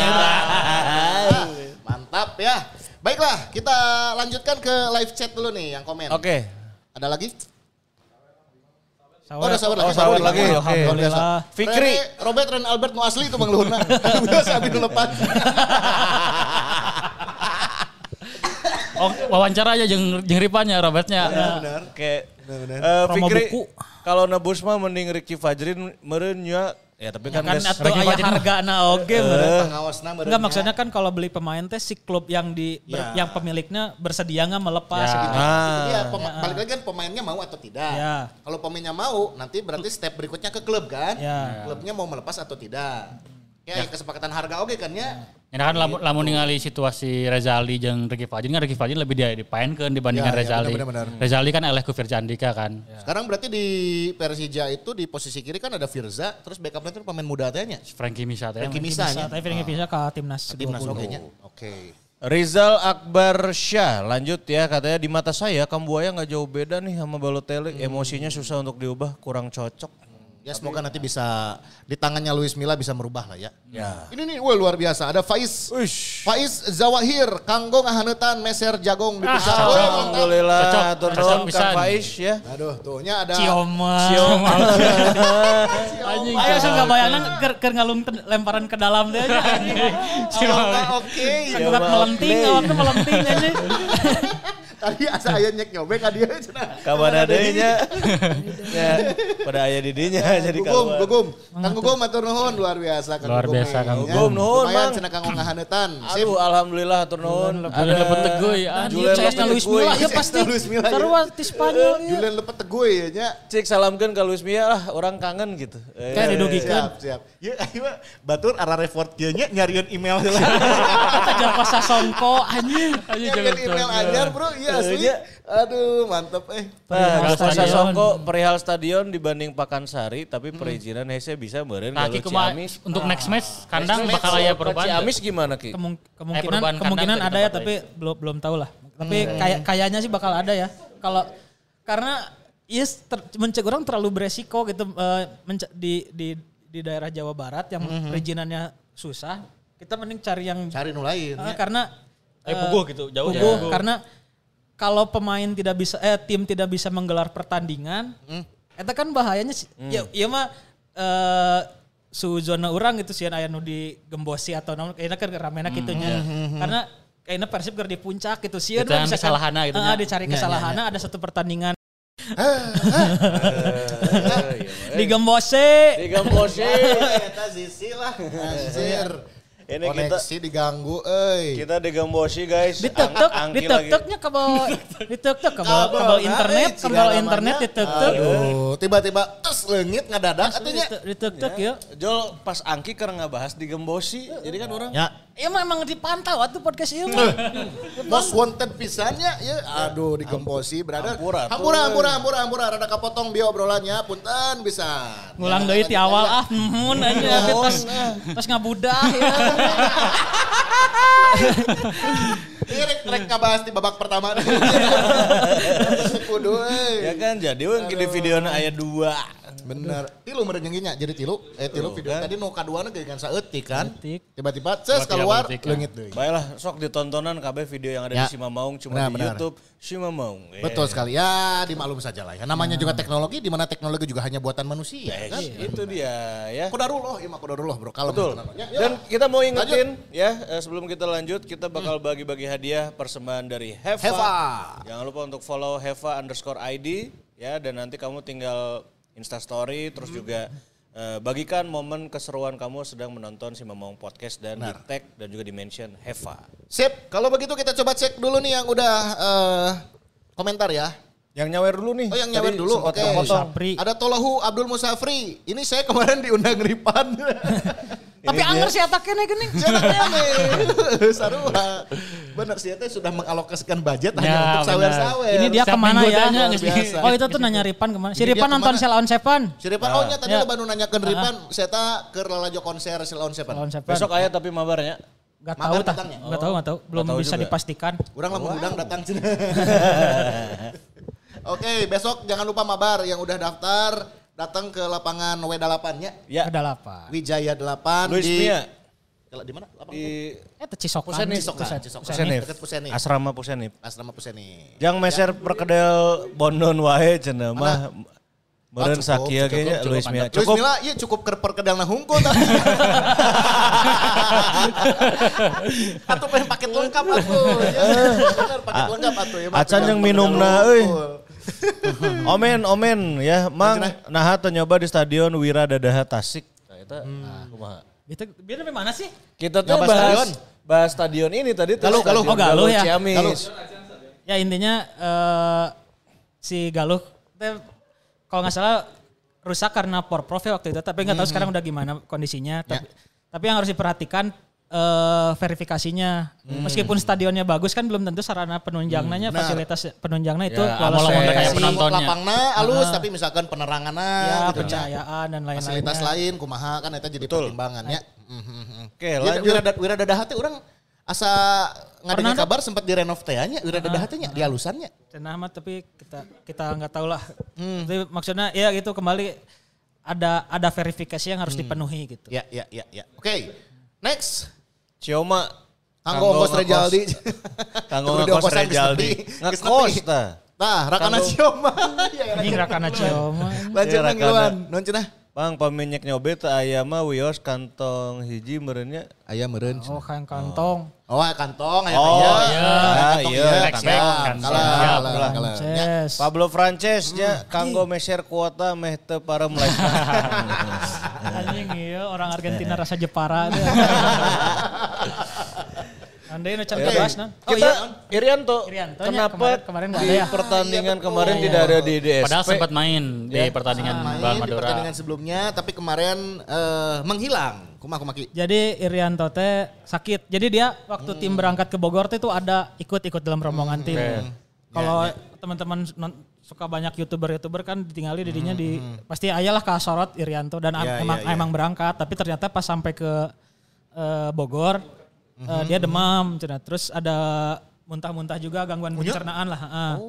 S3: Mantap ya. Baiklah, kita lanjutkan ke live chat dulu nih yang komen.
S2: Oke.
S3: Ada lagi?
S4: Sawer.
S3: Ada sawer lagi.
S2: Oke.
S4: Alhamdulillah.
S2: Fikri.
S3: Robert Ren Albert nu asli itu Bang Luhurna. Biasa abis lepas.
S5: Oh, wawancara aja jeung Ripannya Robertnya.
S3: Benar.
S2: Kayak
S4: Promo
S2: Fikri
S4: buku.
S2: kalau nebus mah mending Ricky Fajrin meureun nya. Ya tapi kan
S4: Kan
S2: geus
S4: atuh aya hargana oge
S3: Pengaosna meureun.
S4: Enggak maksudnya kan kalau beli pemain teh si klub yang yang pemiliknya bersedia nggak melepas
S5: Ya.
S4: gitu.
S3: Iya, balik lagi kan pemainnya mau atau tidak.
S4: Ya.
S3: Kalau pemainnya mau, nanti berarti step berikutnya ke klub kan.
S4: Ya.
S3: Klubnya mau melepas atau tidak. Ya, kesepakatan harga oke kan ya.
S5: Ya kan lamun ningali situasi Rezaldi jeung Ricky Fajrin kan Ricky Fajrin lebih dipaenkeun dibandingkan
S3: Ya,
S5: Rezaldi.
S3: benar.
S5: Rezaldi kan eleh ku Firza Andika kan.
S3: Sekarang berarti di Persija itu di posisi kiri kan ada Firza, terus backupnya itu pemain muda tanya.
S5: Frankie Misa teh.
S3: Frankie Misa nya.
S4: Tapi Frankie bisa ke timnas
S3: Timnas
S4: 20.
S3: oke nya. Oke.
S2: Rizal Akbar Syah lanjut ya, katanya di mata saya Kambuaya nggak jauh beda nih sama Balotelli, emosinya susah untuk diubah, kurang cocok.
S3: Ya semoga nanti bisa di tangannya Luis Milla bisa merubah lah ya.
S2: Ya.
S3: Ini nih wah luar biasa. Ada Faiz Zawahir, Kanggo ngahanetan meser jagong di pusat.
S2: Alhamdulillah,
S5: Cocok
S2: turun
S5: pisan.
S2: Kang Faiz ya.
S3: Aduh, tuhnya ada
S4: Cioma.
S5: Anjing.
S4: Ayo suka bayangna keur ngalung lemparan ke dalam teh aja.
S3: Oke.
S4: Sangat melenting, awakna melenting aja.
S3: Tadi asa aya nyek nyobek ka dieu cenah.
S2: Kabar adanya. Ya, pada aya didinya jadi keluar.
S3: Gugum. Kang Gugum matur nuhun luar biasa Kang
S5: Luar
S3: Gugum.
S5: biasa, Kang
S2: Gugum, nuhun,
S3: Lumayan
S2: Mang.
S3: cenah kanggo ngahaneutan.
S2: Aduh, alhamdulillah hatur nuhun.
S5: Julian lepet teguy.
S2: Julian
S4: Cesna
S2: lepet
S4: Luis
S2: teguy.
S4: Milla ya pasti.
S3: Luis Milla, ya.
S4: Sarua ti Spanyol ya.
S3: Julian lepet teguy ya nya.
S2: Cik salamkeun ka Luis Milla lah, orang kangen gitu.
S4: Kayak didugikeun.
S3: Siap. Ya ayo batur arah report kieu nya nyarieun email heula.
S4: Kita jangan kosa songko anjing.
S3: Nyarieun email anyar bro, iya asli. Aduh, mantep
S2: Nah,
S5: Stadion.
S2: Kosa Songko perihal stadion dibanding Pakansari, tapi perizinan hese bisa meureun
S5: Nah,
S2: kalau
S5: Ki kumaha
S2: Ciamis.
S5: untuk next match kandang
S2: Next
S5: bakal
S2: match,
S5: aya
S2: kalau
S5: perubahan.
S2: Ciamis gimana Ki?
S5: perubahan
S4: Kemungkinan
S5: kandang
S4: ada
S5: dari
S4: ya
S5: tempat
S4: tapi belum tahu lah. Tapi kayaknya sih bakal ada ya. Kalau karena mencegah orang terlalu beresiko gitu di daerah Jawa Barat yang perizinannya susah. Kita mending cari yang
S3: Cari nu lain.
S4: karena
S5: puguh gitu, jauh
S4: puguh,
S5: ya.
S4: karena kalau pemain tidak bisa tim tidak bisa menggelar pertandingan, eta kan bahayanya ya ieu mah zona urang gitu sih aya nu digembosi atau naon kayaknya kan ramena kitu nya. Karena kayaknya Persib keur di puncak gitu sih
S5: Itu yang kesalahanna gitu nya.
S4: dicari kesalahannya ada satu pertandingan digembosi.
S3: Eta sisi lah. Anjir.
S2: Ini
S3: Koneksi diganggu euy.
S2: kita digembosi guys.
S4: Ditek-teknya kabel kabel internet ditek-tek.
S3: Aduh, tiba-tiba leungit ngadadak atunya.
S4: Ditek-tek ya.
S2: Jol pas Angki karena ngebahas digembosi, jadi kan orang
S3: Ya,
S4: Ya memang dipantau atuh podcast ieu mah.
S3: most wanted pisannya ya. Aduh, digembosi brother. Hampura rada kapotong bio obrolannya, punten bisa.
S4: Ngulang deui ti awal mun aja pas ngabudah ya.
S3: Rek kabahas di babak pertama. Kudu
S2: ya kan jadi di videonya aya 2.
S3: Bener. Tilu meureun nyenginya jadi tilu video
S2: kan.
S3: tadi nu kaduana ge kan saeutik kan.
S4: Saeutik.
S3: Tiba-tiba ces keluar leungit deui.
S2: Baiklah sok ditontonan KB video yang ada
S3: Ya.
S2: di Simamaung cuma di
S3: Benar.
S2: YouTube Simamaung.
S3: Betul sekali. Ya, dimaklum saja lah ya. Namanya juga teknologi, di mana teknologi juga hanya buatan manusia. Kan?
S2: Itu dia ya.
S3: Kodarullah, iya mah kodarullah bro. Kalau
S2: Betul. Dan kita mau ingetin ya sebelum kita lanjut kita bakal bagi-bagi hadiah persembahan dari Heva.
S3: Heva.
S2: Jangan lupa untuk follow Heva_ID ya dan nanti kamu tinggal Instastory terus juga bagikan momen keseruan kamu sedang menonton Simamaung Podcast dan di tag dan juga di mention Heva.
S3: Sip, kalau begitu kita coba cek dulu nih yang udah komentar ya.
S2: Yang nyawer dulu nih.
S3: Oh yang nyawer
S2: Tadi
S3: dulu,
S2: sempat
S3: oke.
S2: kepotong.
S4: Musafri.
S3: Ada Tolahu Abdul Musafri. Ini saya kemarin diundang Ripan.
S4: Tapi anger si eta kene geuning.
S3: Jangan sarua. Benar sih teh sudah mengalokasikan budget hanya
S5: Ya,
S3: untuk
S5: benar.
S3: sawer-sawer.
S4: Ini dia
S5: Setiap
S4: kemana
S5: minggu
S4: ya?
S5: tanya
S3: Luar biasa.
S4: Oh itu tuh nanya Ripan kemana? Si
S3: Ini dia
S4: Ripan nonton
S3: kemana?
S4: Selawan Sepan.
S3: Si Ripan, oh nya tadi
S4: Ya.
S3: lo baru nanyakeun Ripan, saya ke lalajo konser Silaon Sepan.
S4: Selawan Sepan.
S2: Besok aya tapi mabarnya.
S4: Gak
S3: Mabar
S4: tahu tah.
S3: datangnya?
S4: Gak tahu. Belum
S2: Nggak tahu
S4: bisa
S2: juga.
S4: dipastikan.
S3: Urang lamun udang datang cenah. Oke, besok jangan lupa mabar yang udah daftar datang ke lapangan W8-nya.
S2: Ya.
S4: Ada apa?
S3: Wijaya 8
S2: Luis
S3: di
S2: Mia
S3: di mana? Lapangan
S2: di
S4: Eta Cisokan.
S2: Pusenif.
S3: Pusenif. Dekat Pusenif.
S2: Asrama Pusenif.
S3: Asrama Pusenif.
S2: Yang meser perkedel Bondon wae cenah mah. Meureun
S3: cukup,
S2: sakieu
S3: cukup,
S2: kayaknya
S3: cukup,
S2: Luis Mia.
S3: Luis
S2: Cukup.
S3: Milla iya cukup perkedelna hungkul tapi. Atuh pengen paket lengkap atuh. Ya, bener paket lengkap atuh ya.
S2: Acan yang minumna euy. Omen ya, Mang naha teu nyoba di stadion Wira Dadaha Tasik. Nah, eta kumaha?
S4: Itu biar dari mana sih?
S2: Kita tuh
S3: Nyoba
S2: bahas stadion ini tadi tuh.
S3: Galuh,
S2: Stadion
S4: oh, Galuh ya.
S2: Ciamis.
S4: Ya intinya si Galuh kalau nggak salah rusak karena porprov ya waktu itu. Tapi nggak tahu sekarang udah gimana kondisinya. Tapi yang harus diperhatikan verifikasinya. Meskipun stadionnya bagus kan belum tentu sarana penunjangannya, fasilitas penunjangnya itu
S2: Ya,
S4: lolos
S5: amal-amal
S4: verifikasi.
S5: kayak penontonnya.
S3: lapangna alus tapi misalkan peneranganna
S4: Ya,
S3: gitu.
S4: pencahayaan dan lain-lainnya.
S3: Fasilitas lain kumaha kan eta jadi pertimbangan ya.
S2: Oke, lanjut.
S3: Wira Dadaha teh urang asa ngadenge
S4: Pernah
S3: kabar sempat di renov teh nya Wira Dadaha teh nya di alusannya.
S4: Cenah mah tapi kita nggak tahu lah. Tapi maksudnya ya gitu kembali ada verifikasi yang harus dipenuhi gitu.
S3: Ya. Oke. Next.
S2: Cioma
S3: Kanggo ongkos Rejaldi.
S2: Kanggo
S3: Kudu
S2: ngekos
S3: ongkosan geus
S2: Rejaldi.
S3: nepi. Geus
S2: Ngekos
S3: nepi.
S2: tah.
S3: Nah, Rakana Cioma.
S4: Anjing Rakana Cioma.
S3: Lanjut
S2: Ya,
S3: nang
S2: Rakana.
S3: Iwan. Non cenah.
S2: Pang paminyek nyobe teh aya mah wios kantong hiji meureunnya.
S3: Aya meureun.
S4: Oh, kayak kantong.
S3: Oh, kantong aya
S2: iya.
S4: Frances.
S2: Pablo Frances nya kanggo meser kuota meh teu parem lain.
S4: Anjing iya orang Argentina rasa Jepara teh. Andai nu can bahas nah.
S2: Kita Irianto,
S4: Iriantonya
S2: kenapa
S4: kemarin
S2: di pertandingan kemarin tidak ada di DSP?
S5: Padahal sempat main di pertandingan Bal
S3: Di
S5: Madura.
S3: pertandingan sebelumnya, tapi kemarin menghilang. Kumaha Ki?
S4: Jadi Irianto teh sakit. Jadi dia waktu tim berangkat ke Bogor teh itu ada ikut dalam rombongan tim. Kalau teman-teman suka banyak YouTuber kan ditinggali didinya di pasti ayalah kasorot Irianto dan emang berangkat, tapi ternyata pas sampai ke Bogor dia demam, terus ada muntah-muntah juga gangguan pencernaan lah.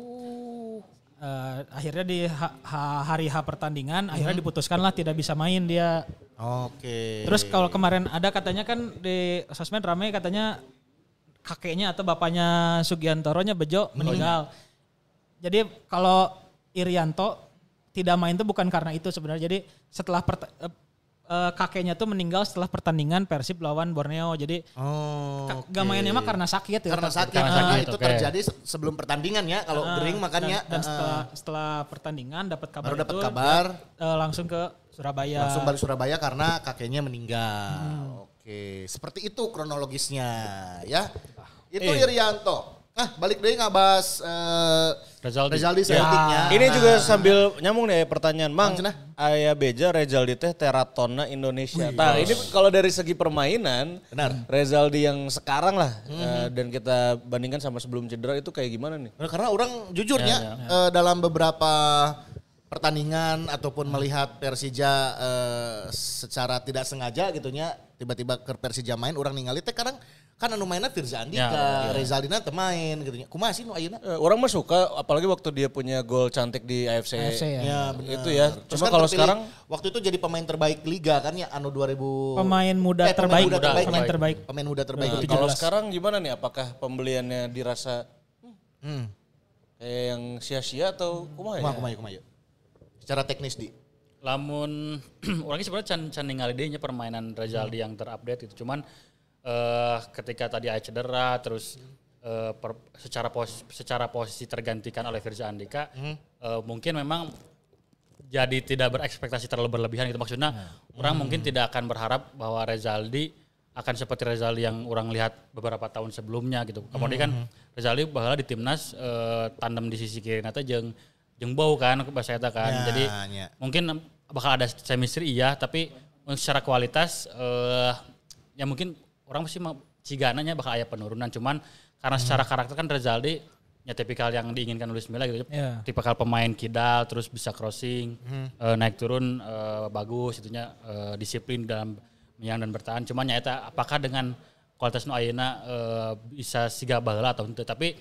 S4: Akhirnya di hari H pertandingan akhirnya diputuskan lah tidak bisa main dia.
S3: Oke.
S4: Terus kalau kemarin ada katanya kan di sosmed ramai katanya kakeknya atau bapaknya Sugiantoro-nya Bejo meninggal. Jadi kalau Irianto tidak main itu bukan karena itu sebenarnya. Jadi setelah kakeknya tuh meninggal setelah pertandingan Persib lawan Borneo. Jadi gak mainnya mah karena sakit.
S3: Karena sakit. Itu terjadi sebelum pertandingan ya. Kalau Gering makannya.
S4: Dan setelah pertandingan dapat kabar
S3: baru dapat
S4: itu,
S3: kabar
S4: langsung ke Surabaya.
S3: Langsung balik Surabaya karena kakeknya meninggal. Oke, seperti itu kronologisnya ya. Itu Irianto. Balik deh ngabas Rezaldi Celtic-nya.
S2: Ini juga sambil nyambung nih pertanyaan Mang. Aya beja Rezaldi teh teratona Indonesia. Nah, ini kalau dari segi permainan,
S3: benar.
S2: Rezaldi yang sekarang lah dan kita bandingkan sama sebelum cedera itu kayak gimana nih?
S3: Karena orang jujurnya dalam beberapa pertandingan ataupun melihat Persija secara tidak sengaja gitunya tiba-tiba ke Persija main orang ningali teh kadang kan anu mainnya Firza Andika, Rezaldina teu main gitu nya. Kumaha sih nu ayeuna?
S2: Orang mah suka apalagi waktu dia punya gol cantik di AFC
S3: ya benar.
S2: Itu ya.
S3: Terus
S2: Cuma
S3: kan
S2: kalau sekarang
S3: waktu itu jadi pemain terbaik liga kan ya anu 2000
S4: pemain muda terbaik.
S3: Pemain muda terbaik.
S2: Kalau sekarang gimana nih? Apakah pembeliannya dirasa kayak yang sia-sia atau kumaha ya?
S3: Kumaha ya? Secara teknis di
S5: Lamun orangnya sebenarnya can ningali deui nya permainan Rezaldi yang terupdate itu. Cuman ketika tadi aya cedera terus secara posisi tergantikan oleh Firza Andika mungkin memang jadi tidak berekspektasi terlalu berlebihan gitu maksudnya. Orang mungkin tidak akan berharap bahwa Rezaldi akan seperti Rezaldi yang orang lihat beberapa tahun sebelumnya gitu. Kemudian kan Rezaldi bakal di timnas tandem di sisi kiri nata jeung bau kan bahasa eta kan. Jadi mungkin bakal ada chemistry iya, tapi secara kualitas ya mungkin orang mesti cigananya bakal aya penurunan. Cuman karena secara karakter kan Rezaldi ya tipikal yang diinginkan Luis Milla gitu. Tipikal pemain kidal terus bisa crossing, naik turun bagus itunya disiplin dalam menyerang dan bertahan. Cuman ya eta apakah dengan kualitas nu ayeuna bisa siga baheula atau henteu. Tapi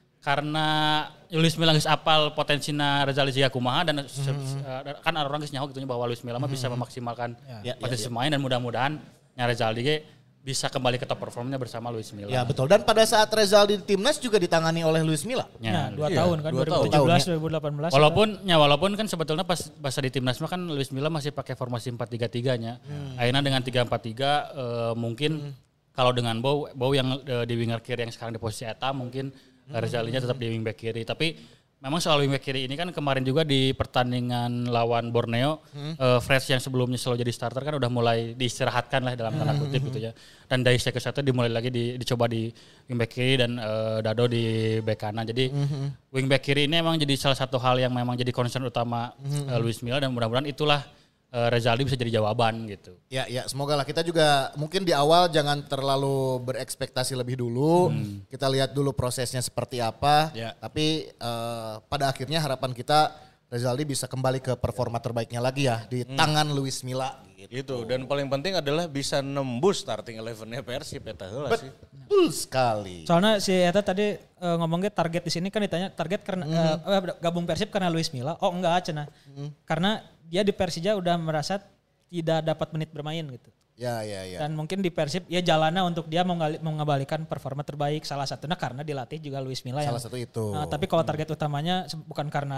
S5: karena Luis Milla geus apal potensinya Rezaldi siga kumaha dan kan orang geus nyaho gitunya bahwa Luis Milla mah bisa memaksimalkan potensi pemain dan mudah-mudahan nya Rezaldi ge bisa kembali ke top performanya bersama Luis Milla.
S3: Ya betul. Dan pada saat Rezaldi di timnas juga ditangani oleh Luis Milla.
S4: Ya, 2 tahun kan 2017 2018.
S5: Walaupun kan sebetulnya pas di timnas mah kan Luis Milla masih pakai formasi 4-3-3-nya. Akhirnya dengan 3-4-3 mungkin kalau dengan Bow yang di winger kiri yang sekarang di posisi eta mungkin Rezaldinya tetap di wingback kiri. Tapi memang soal wingback kiri ini kan kemarin juga di pertandingan lawan Borneo, Fresh yang sebelumnya selalu jadi starter kan udah mulai diistirahatkan lah dalam tanda kutip gitu ya. Dan dari ke satu dimulai lagi dicoba di wingback kiri dan Dado di bek kanan. Jadi wingback kiri ini memang jadi salah satu hal yang memang jadi concern utama Luis Milla dan mudah-mudahan itulah Rezaldi bisa jadi jawaban gitu. Ya
S3: semoga lah. Kita juga mungkin di awal jangan terlalu berekspektasi lebih dulu. Kita lihat dulu prosesnya seperti apa. Tapi pada akhirnya harapan kita Rezaldi bisa kembali ke performa terbaiknya lagi ya di tangan Luis Milla.
S2: Gitu. Dan paling penting adalah bisa nembus starting 11-nya Persib eta heula sih.
S3: Betul sekali.
S4: Soalnya si eta tadi ngomongnya target di sini kan ditanya target karena gabung Persib karena Luis Milla. Oh enggak cenah. Karena dia di Persija udah merasa tidak dapat menit bermain gitu.
S3: Ya.
S4: Dan mungkin di Persib ya jalannya untuk dia mengembalikan performa terbaik salah satunya karena dilatih juga Luis Milla.
S3: Salah satu itu.
S4: Tapi kalau target utamanya bukan karena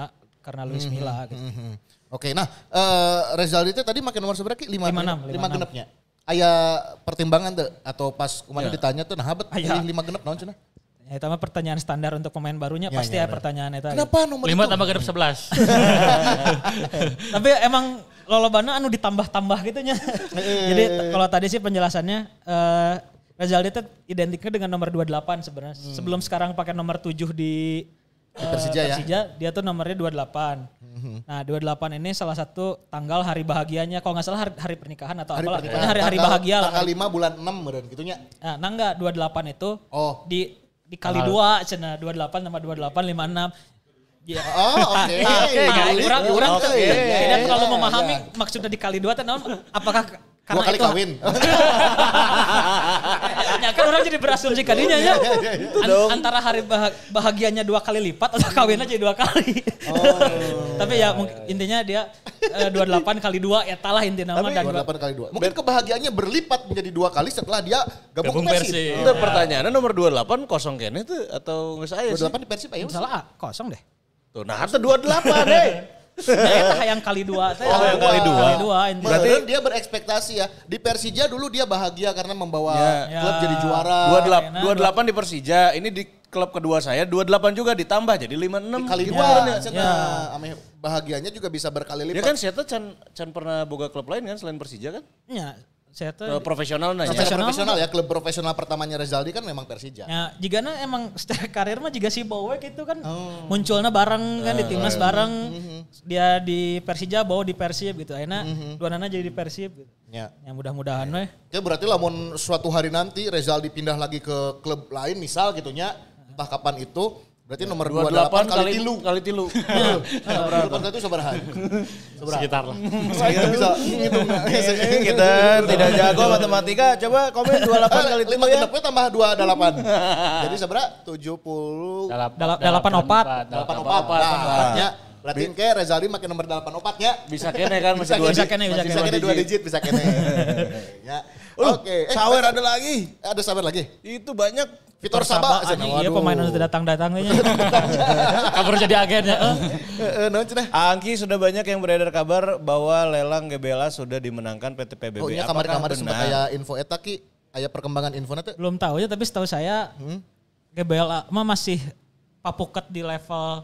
S4: karena Luis Milla gitu.
S3: Oke, nah Rezaldi tadi makin nomor seberapa Ki?
S4: 56.
S3: 5 genepnya. Aya pertimbangan tuh atau pas kemarin ditanya tuh nah habet
S4: Aya.
S3: pilih 5 genep naon cenah?
S4: Ya, itu mah pertanyaan standar untuk pemain barunya pasti ya pertanyaan itu.
S3: Kenapa nomor
S5: 5
S3: itu?
S5: tambah genep 11.
S4: Tapi emang lolobana anu ditambah-tambah gitu nya. Jadi kalau tadi sih penjelasannya Rezaldi itu identiknya dengan nomor 28 sebenarnya. Sebelum sekarang pakai nomor 7 di
S3: Persija ya?
S4: dia tuh nomornya 28. Nah 28 ini salah satu tanggal hari bahagianya. Kalau nggak salah hari pernikahan atau apalah. Pokoknya hari bahagia lah.
S3: Tanggal 5 bulan 6 meureun gitunya.
S4: Nah enggak 28 itu dikali 2 cenah 28 tambah 28 56. Ya.
S3: Oh oke.
S4: Kurang tidak terlalu memahami maksudnya dikali 2 teh naon apakah karena
S3: 2 kali
S4: itu
S3: kawin.
S4: Ya kan orang jadi berasumsi kadinya ya. Antara hari bahagianya 2 kali lipat atau kawinnya jadi 2 kali. Tapi ya intinya dia 28 kali 2 ya talah intinya nama dan
S3: 28 kali 2. Mungkin kebahagiaannya berlipat menjadi 2 kali setelah dia gabung ke Persib.
S2: Itu pertanyaannya nomor 28 kosong kene tuh atau geus aya sih?
S3: 28 di Persib aya.
S4: salah kosong deh.
S2: Tuh nah itu 28 deh.
S4: Nah, itu yang kali 2 teh.
S2: yang kali dua.
S3: Berarti dia berekspektasi ya. Di Persija dulu dia bahagia karena membawa klub jadi juara.
S2: 28 di Persija, ini di klub kedua saya 28 juga ditambah jadi 56
S3: Kali
S2: gitu.
S3: 2 ame bahagianya juga bisa berkali lipat.
S2: Ya kan saya tuh can pernah boga klub lain kan selain Persija kan?
S4: Ya, saya tuh
S2: Profesional nah ya.
S3: Profesional ya, klub profesional pertamanya Rezaldi kan memang Persija.
S4: ya jigana emang secara karir mah juga si Bowe gitu kan. Munculnya bareng kan di timnas bareng. Dia di Persija, Bowe di Persib gitu. Akhirnya duanana jadi di Persib gitu.
S3: Ya.
S4: Ya mudah-mudahan weh.
S3: Ya berarti lamun suatu hari nanti Rezaldi pindah lagi ke klub lain misal gitunya, entah kapan itu, berarti nomor 28 kali tilu. Berapa itu sabaraha?
S5: Sekitar lah.
S3: Saya bisa ngitung.
S1: Kita tidak jago matematika, coba komen 28 kali
S3: 5 genepnya tambah 28. Jadi sabaraha? 70
S4: 84.
S3: 84. Ya. Berarti ke Rezaldi makin nomor 84 nya.
S2: Bisa kene kan masih dua
S4: Bisa kene.
S3: 2 digit bisa kene. Ya. Oke.
S1: Sawer ada lagi.
S3: Ada sawer lagi.
S1: Itu banyak.
S3: Vitor Saba.
S4: Iya pemain yang sudah datang-datang nya.
S5: Kabur jadi agennya.
S3: Naon cenah?
S1: Angki sudah banyak yang beredar kabar bahwa lelang GBLA sudah dimenangkan PT PBB.
S3: Oh iya kamar-kamar sempat aya info eta Ki. Aya perkembangan info nanti.
S4: Belum tahu ya, tapi setahu saya GBLA mah masih papuket di level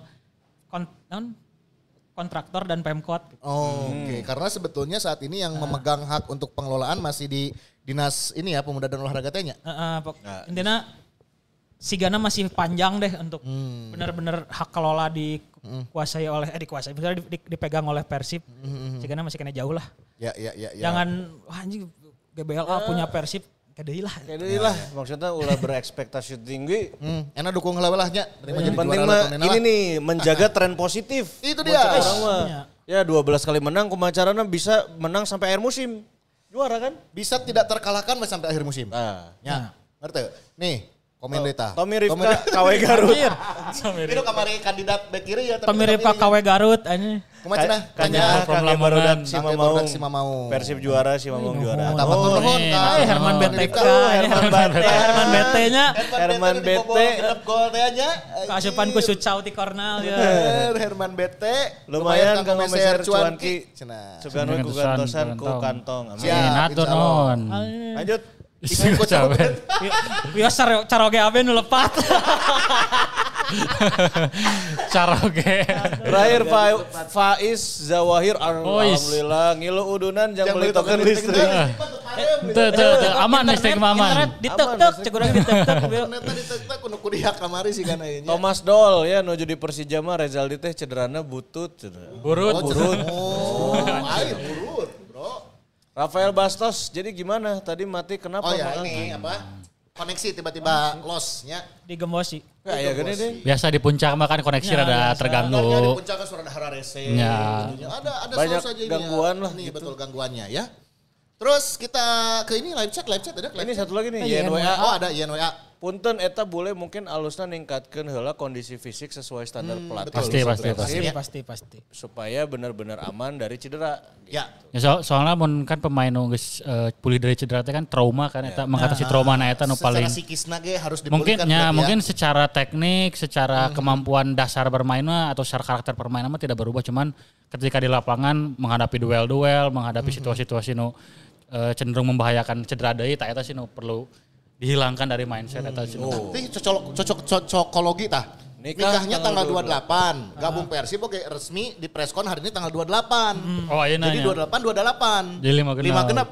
S4: kontraktor dan Pemkot.
S3: Oh, oke. Karena sebetulnya saat ini yang memegang hak untuk pengelolaan masih di dinas ini ya Pemuda dan Olahraga tanya.
S4: Intinya Sigana masih panjang deh untuk benar-benar hak kelola dikuasai oleh misalnya dipegang oleh Persib. Sigana masih kena jauh lah.
S3: Ya.
S4: Jangan anjing GBLA punya Persib kadeui lah.
S2: Maksudnya ulah berekspektasi tinggi.
S3: Enak dukung heula-heulahnya.
S2: Yang penting mah ini nih menjaga tren positif.
S3: Itu dia.
S2: Ya 12 kali menang kumacarana bisa menang sampai akhir musim. Juara kan?
S3: Bisa tidak terkalahkan sampai akhir musim. Ya. Ngerti? Nih, komen data.
S2: Tommy Rifka KW Garut.
S3: Itu kamari kandidat bek kiri ya.
S4: Tommy Rifka KW Garut ini.
S3: Kumaha cenah?
S2: Kanya Kang Barudak si Mamaung. Persib juara si Mamaung juara.
S3: Tamat nuhun ka
S4: Herman BTK. Herman BT-nya.
S2: Herman BT.
S3: Gol teh nya.
S4: Keasupan ku Sucau ti Kornal ya.
S3: Herman BT.
S2: Lumayan Kang Meser Cuanki.
S3: Cenah.
S2: Sugano ku gantosan ku kantong. Amin.
S5: Atur non.
S2: Lanjut.
S5: Isu cawe.
S4: Biasa caroge abe nu lepat.
S5: Caroge.
S2: Terakhir Faiz Zawahir alhamdulillah ngilu udunan jang beli token listrik.
S5: Tuh, aman listrik aman.
S4: Ditek-tek cek urang ditek-tek.
S3: Ternyata ditek-tek kudu kudiak kamari sih kana ieu.
S2: Thomas Doll ya nuju di Persija mah Rezaldi teh cederana butut.
S5: Burut.
S3: Oh, air burut, Bro.
S2: Rafael Bastos, jadi gimana? Tadi mati kenapa?
S3: Oh ya ini apa? Koneksi tiba-tiba loss-nya.
S4: Di Gembosi.
S2: Ya gini deh.
S5: Biasa di puncak mah kan koneksi rada
S3: Sebenarnya di
S5: terganggu.
S3: puncak kan suara dahara rese.
S5: Ya.
S3: Ada
S2: Banyak
S3: saja
S2: gangguan
S3: ini
S2: lah
S3: Nih
S2: gitu.
S3: betul gangguannya ya. Terus kita ke ini live chat ada
S2: Ini satu lagi nih
S3: YNWA.
S2: YNWA.
S3: Oh ada YNWA.
S2: punten eta boleh mungkin alusna ningkatkeun heula kondisi fisik sesuai standar pelatih.
S4: Pasti.
S2: Supaya benar-benar aman dari cedera.
S3: Ya.
S5: Soalnya mun kan pemain nu geus pulih dari cedera teh kan trauma kan eta mengatasi trauma na eta nu paling
S3: secara psikisna ge harus dipulihkan.
S5: Mungkin secara teknik, secara kemampuan dasar bermainnya atau secara karakter permainan mah tidak berubah, cuman ketika di lapangan menghadapi duel-duel, menghadapi situasi-situasi nu cenderung membahayakan cedera deui eta sih nu perlu dihilangkan dari mindset eta sih.
S3: Tapi cocokologi tah. Nikahnya tanggal 28, gabung Persib oke resmi di preskon hari ini tanggal 28.
S5: Oh iya
S3: jadi 28.
S5: Jadi 5
S3: genap.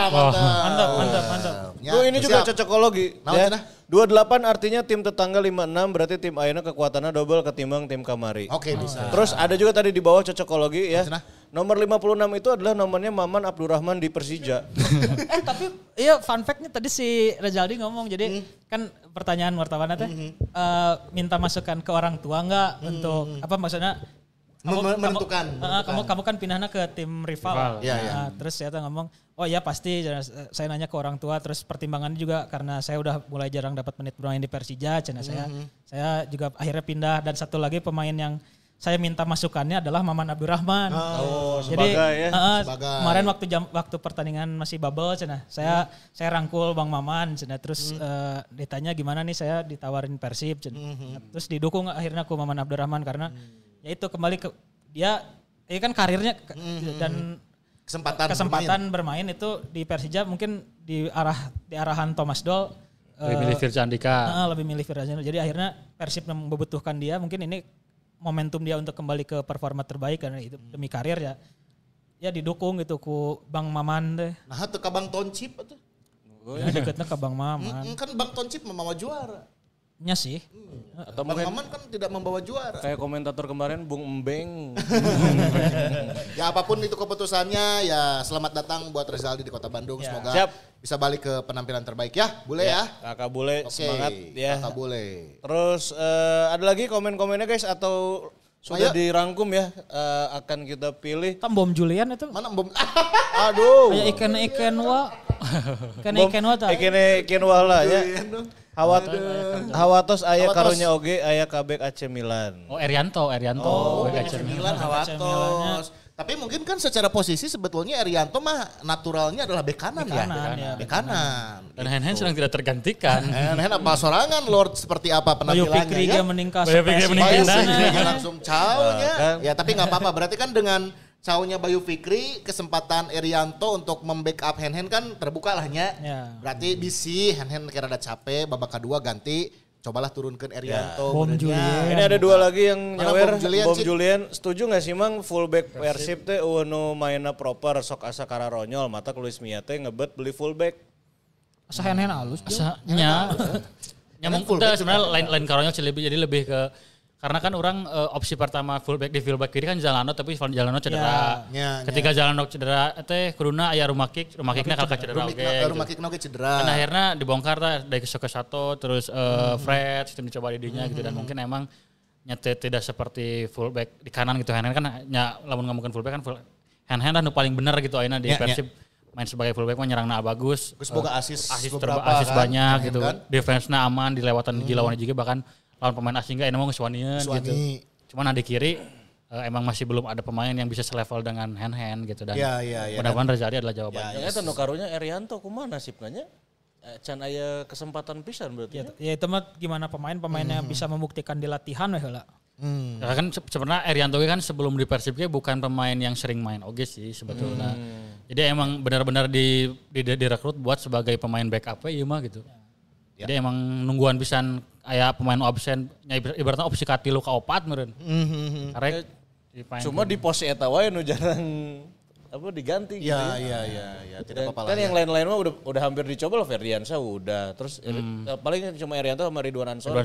S4: Mantap.
S2: Ini juga cocokologi.
S3: Ya.
S2: 28 artinya tim tetangga 56 berarti tim ayeuna kekuatannya double ketimbang tim kamari.
S3: Oke, bisa.
S2: Terus ada juga tadi di bawah cocokologi ya.
S3: Cenah.
S2: Nomor 56 itu adalah nomornya Maman Abdurrahman di Persija.
S4: Tapi iya fun fact-nya tadi si Rezaldi ngomong jadi kan pertanyaan wartawan teh minta masukan ke orang tua enggak untuk apa maksudnya
S3: menentukan.
S4: Kamu kan pindahnya ke tim rival.
S3: Iya.
S4: Nah, terus saya ngomong, oh iya pasti. Saya nanya ke orang tua, terus pertimbangannya juga karena saya udah mulai jarang dapat menit bermain di Persija. Saya juga akhirnya pindah dan satu lagi pemain yang saya minta masukannya adalah Maman Abdurrahman. Jadi kemarin waktu pertandingan masih bubble, saya rangkul Bang Maman, terus ditanya gimana nih saya ditawarin Persib, terus didukung akhirnya aku Maman Abdurrahman karena ya itu kembali ke dia, ini kan karirnya dan kesempatan bermain itu di Persija mungkin di arahan Thomas Doll
S5: lebih milih Firza Andika.
S4: Lebih milih Firza Andika. Jadi akhirnya Persib membutuhkan dia, mungkin ini momentum dia untuk kembali ke performa terbaik karena itu demi karir ya didukung gitu ku Bang Maman deh.
S3: Nah itu ke Bang Toncip tuh.
S4: Ya deketnya ke Bang Maman.
S3: Kan Bang Toncip membawa juara.
S4: Nya sih.
S2: Atau
S3: Bang Maman kan tidak membawa juara.
S2: Kayak komentator kemarin Bung Embeng.
S3: Ya apapun itu keputusannya ya selamat datang buat Rezaldi di Kota Bandung.
S4: Ya.
S3: Semoga
S2: Siap.
S3: bisa balik ke penampilan terbaik ya. Boleh ya?
S2: Kakak Bule semangat ya.
S3: Kakak Bule.
S2: Terus ada lagi komen-komennya guys atau sudah dirangkum ya akan kita pilih.
S4: Kan Bom Julian itu.
S3: Mana bom?
S2: Aduh.
S4: Kayak ikan wa. Ikan wa ta.
S2: Ikan wa lah ya. Hawatos aya karunya oge aya kabek AC Milan.
S5: Oh Erianto.
S3: AC Milan Hawatos. Tapi mungkin kan secara posisi sebetulnya Erianto mah naturalnya adalah bek kanan ya. Bek kanan.
S5: Dan Hen sedang tidak tergantikan.
S3: Hen apa sorangan Lord seperti apa penampilannya
S4: Bayu Fikri
S3: ya?
S4: meningkat.
S3: Langsung caunya. Ya tapi nggak apa-apa. Berarti kan dengan caunya Bayu Fikri kesempatan Erianto untuk membackup Hen kan terbuka lahnya.
S4: Ya.
S3: Berarti bisi Hen kira ada capek babak kedua ganti. Cobalah turunkan Erianto.
S4: Bom Julian.
S2: Ini ada dua lagi yang
S3: Mana
S2: nyawer.
S3: Bom
S2: Julian. Setuju gak sih Mang fullback Persib teh nu mainna proper sok asa kararonyol mata Luis Mia teh ngebet beli fullback.
S4: Asa Hen halus.
S5: Asanya. Nyamuk sebenarnya lain karonyol jadi lebih ke karena kan orang opsi pertama fullback kiri kan Jalano tapi Jalano cedera. Ketika Jalano cedera teh kuduna aya rumah kicknya kalka cedera oke.
S3: Rumah kick oge cedera.
S5: Dan akhirnya dibongkar tah dari ke satu terus Fred sistem dicoba didinya gitu dan mungkin emang nyete tidak seperti fullback di kanan gitu. Hen kan lamun ngomongin fullback kan Hen lah nu paling bener gitu ayeuna di Persib main sebagai fullback mah nyerangna bagus.
S3: Geus boga asis
S5: kan, banyak gitu. Defense-na aman dilewatan di lawan juga bahkan lawan pemain asing enggak emang ngesuanian gitu. Cuman di kiri emang masih belum ada pemain yang bisa selevel dengan Hen gitu dan mudah-mudahan Rezaldi adalah jawabannya.
S2: Yang eta nu karunya Erianto kumaha nasibna nya? Can aya kesempatan pisan berarti.
S4: Ya itu mah gimana pemainnya bisa membuktikan di latihan we heula.
S5: Ya kan sebenarnya Erianto kan sebelum di Persib bukan pemain yang sering main oge sih sebetulnya. Jadi emang benar-benar direkrut buat sebagai pemain backup ieu mah gitu. Jadi emang nungguan pisan aya pemain absen ibaratnya opsi katilu ka opat meureun. Karek
S2: cuma di pos eta wae nu jarang diganti gitu.
S3: Iya, tidak apa-apa lah.
S2: Kan yang lain-lain mah udah hampir dicoba loh Ferdiansyah udah. Terus paling cuma Erianto sama Ridwan Ansor.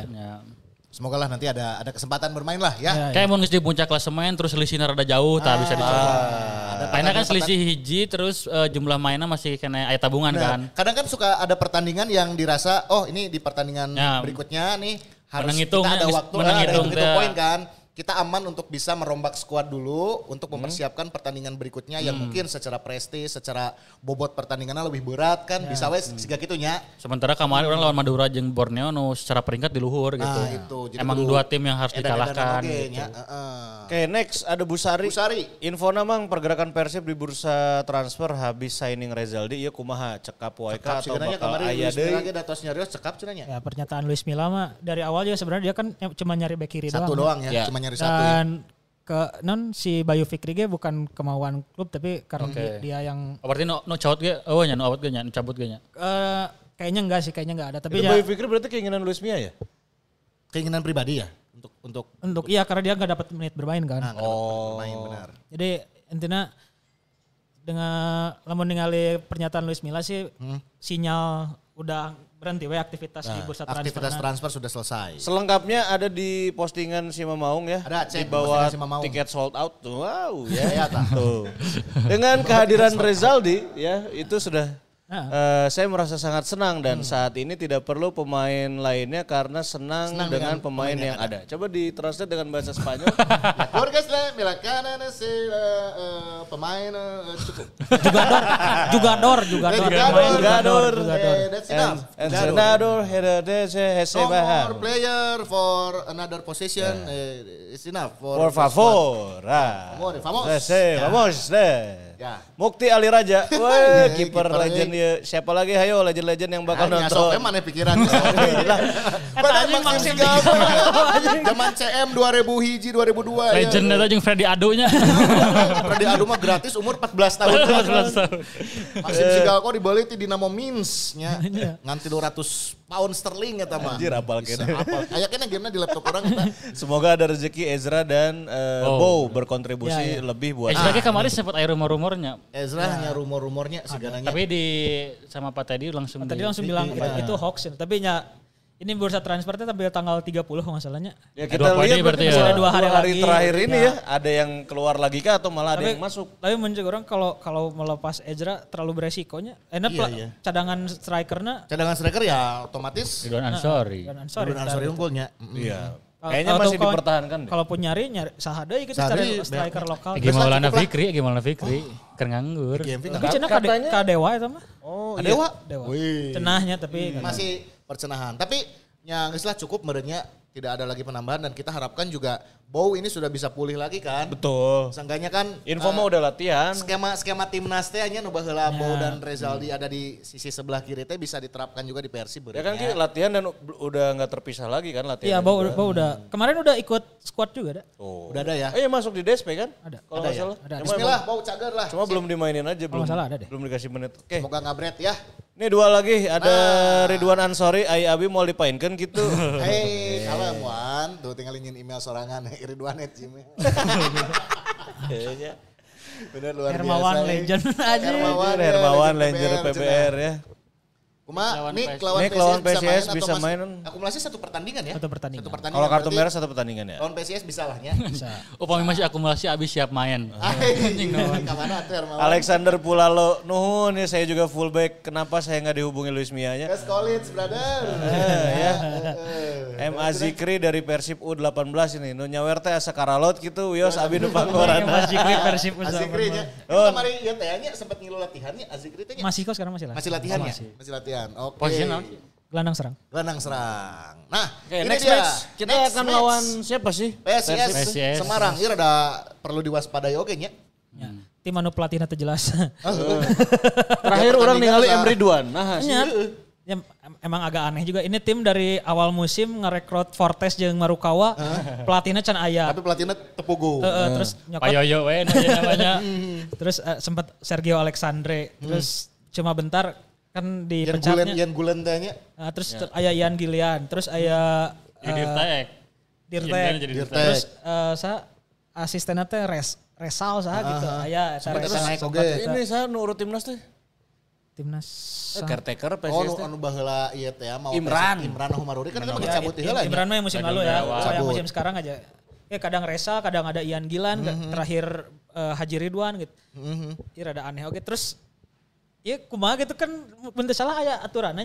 S3: Semoga lah nanti ada kesempatan bermain lah ya.
S5: Kayak mau di puncak klasemen terus selisihnya rada jauh tak bisa dicoba. Mainnya kan selisih hiji terus jumlah mainnya masih kena aya tabungan kan.
S3: Kadang kan suka ada pertandingan yang dirasa oh ini di pertandingan berikutnya nih harus kita ada waktu ada poin kan. kita aman untuk bisa merombak skuad dulu untuk mempersiapkan pertandingan berikutnya yang mungkin secara prestis, secara bobot pertandingannya lebih berat kan bisa wes siga gitunya.
S5: Sementara kemarin orang lawan Madura jeung Borneo secara peringkat di luhur gitu.
S3: Itu. Jadi
S5: emang dua tim yang harus dikalahkan gitu.
S2: Oke, next ada Busari. Info namang pergerakan Persib di bursa transfer habis signing Rezaldi ieu kumaha cekap wae ka atau bakal aya deui.
S3: Lagi datos nyarios cekap cenanya.
S4: Ya pernyataan Luis Milla mah dari awal juga sebenarnya dia kan cuma nyari bek kiri
S3: satu doang ya, cuma nyari satu ya.
S4: Dan si Bayu Fikri ge bukan kemauan klub tapi karena dia yang
S5: berarti no caut ge nya no out ge nya cabut ge nya.
S4: Kayaknya enggak ada tapi
S2: itu Bayu Fikri berarti keinginan Luis Milla ya?
S3: Keinginan pribadi ya untuk
S4: iya karena dia enggak dapat menit bermain kan.
S3: Bermain benar.
S4: Jadi intinya dengan lamun ningali pernyataan Luis Milla sih sinyal udah berhenti aktivitas di bursa transfer.
S3: Aktivitas transfer sudah selesai.
S2: Selengkapnya ada di postingan si Mamaung ya.
S3: Ada
S2: di bawah
S3: si Mamaung.
S2: Tiket sold out tuh. Wow, ya tuh. Dengan kehadiran Rezaldi ya, itu sudah saya merasa sangat senang dan saat ini tidak perlu pemain lainnya karena senang dengan pemain yang ada. Coba ditranslate dengan bahasa Spanyol.
S3: Borges lah, milakan si pemain cukup.
S4: Jugador.
S3: That's enough.
S2: Entrenador, Hesebaha.
S3: No more player for another position. It's enough
S2: Por favor. Vamos deh.
S3: Ya.
S2: Mukti Ali Raja, wah kiper legend ya. Siapa lagi? Hayo legend-legend yang bakal nonton.
S3: Nyasok mana pikiran? Pada Maxim zaman CM 2000 hiji 2002
S5: legend eta jeung Freddy Ado-nya.
S3: Freddy Ado mah gratis umur 14 tahun.
S5: 14 tahun.
S3: Maxim Sigalko dibeli ti Dinamo Minsk nya. Ngan 300 pound sterling eta mah.
S2: Anjir apal kene.
S3: Aya kene gamenya di laptop orang eta.
S2: Semoga ada rezeki Ezra dan Bow berkontribusi lebih buat.
S5: Ezra kemarin sempat aya rumor-rumornya.
S3: Ezra hanya rumor-rumornya segalanya.
S5: Tapi sama Pak Teddy langsung
S4: bilang itu hoax ya. Tapi ini bursa transfernya sampai tanggal 30 masalahnya.
S2: Ya kita lihat berarti
S4: ada 2 hari lagi.
S2: Terakhir ini ya ada yang keluar lagi kah atau malah ada yang masuk.
S4: Tapi menurut orang kalau melepas Ezra terlalu beresikonya. Cadangan striker ya otomatis
S5: Ridwan Ansori
S3: unggulnya.
S2: Iya. Kayaknya masih dipertahankan deh.
S4: Kalaupun nyari sahada ya kita cari striker lokal.
S5: Gimana Fikri keur nganggur.
S4: Tapi cenah Kadewa itu mah.
S3: Oh, Kadewa.
S4: Cenahnya tapi
S3: masih percenahan. Tapi nya geus lah cukup merenya tidak ada lagi penambahan dan kita harapkan juga Bow ini sudah bisa pulih lagi kan.
S2: Betul.
S3: Seenggaknya kan
S2: info mah udah latihan.
S3: Skema timnas teh nya nu baheula Bow dan Rezaldi ada di sisi sebelah kiri teh bisa diterapkan juga di Persib.
S2: Ya kan latihan dan udah enggak terpisah lagi kan latihan.
S4: Iya, Bow udah. Kemarin udah ikut squad juga ada.
S3: Udah ada ya.
S2: Iya masuk di DSP kan?
S4: Ada.
S2: Kalau enggak salah.
S4: Ada.
S3: Bismillah, Bow cager lah.
S2: Cuma belum dimainin aja belum.
S4: Salah ada deh.
S2: Belum dikasih menit. Oke.
S3: Semoga ngabret ya.
S2: Ini 2 lagi ada Ridwan Ansori, Ai Abi mau dipainkan gitu.
S3: Hei, kalem Wan. Tuh tinggal ingin email sorangan Ridwan@gmail. Bener luar
S4: Hermawan
S3: biasa.
S4: legend aja.
S2: Hermawan legend PBR ya.
S3: Kuma Nick
S2: lawan PSIS bisa main.
S3: Akumulasi 1 pertandingan ya?
S4: 1 pertandingan.
S2: Kalau kartu merah 1 pertandingan ya.
S3: Lawan PSIS bisa lah ya.
S4: Bisa.
S5: Upami masih akumulasi abis siap main.
S3: Kamana tuh Hermawan?
S2: Alexander Pulalo, nuhun ya saya juga fullback. Kenapa saya nggak dihubungi Luis Milla-nya?
S3: Gas college brother.
S2: Ya. M Azikri dari Persib U18 ini. Nu nyawer teh asa karalot gitu. Wios abi nu pangorana.
S4: Azikri Persib
S3: Azikrinya. Kemarin ieu teh nya sempat ngilu latihannya Azikri teh nya.
S4: Masih kok sekarang masih lah.
S3: Masih latihan ya? Masih latihan. Oke.
S5: Posisinya
S4: Gelandang serang.
S3: Nah,
S2: ini
S3: next
S2: dia.
S3: match.
S2: Kita akan lawan siapa sih?
S3: PSIS Semarang. Ini rada perlu diwaspadai oke nya.
S4: Tim anu pelatihna teh jelas.
S2: Terakhir orang ningali M Ridwan. Nah,
S4: ya, emang agak aneh juga. Ini tim dari awal musim ngerekrut Fortes jeung Marukawa. Pelatihnya can aya.
S3: Tapi pelatihnya tepugu.
S4: Terus nyokot.
S5: Payoyo we namanya.
S4: Terus sempat Sergio Alexandre. Terus cuma bentar kan dipecatnya.
S3: Ian Gulen tanya.
S4: Terus aya Ian Gillian. Terus aya
S5: Dirtek.
S4: Terus asistennya teh Resal gitu. Aya
S2: ini saya nurut timnas teh.
S4: Timnas
S2: caretaker PSIS
S3: anu baheula ieu teh mau
S2: Imran
S3: Humarudi kan pakai cabut heula.
S4: Imran mah musim lalu ya. Yang musim sekarang aja. Ya kadang Resal, kadang ada Ian Gillian, terakhir Haji Ridwan gitu. Ini rada aneh oke. Terus ya kumaha gitu kan bentar salah aya aturananya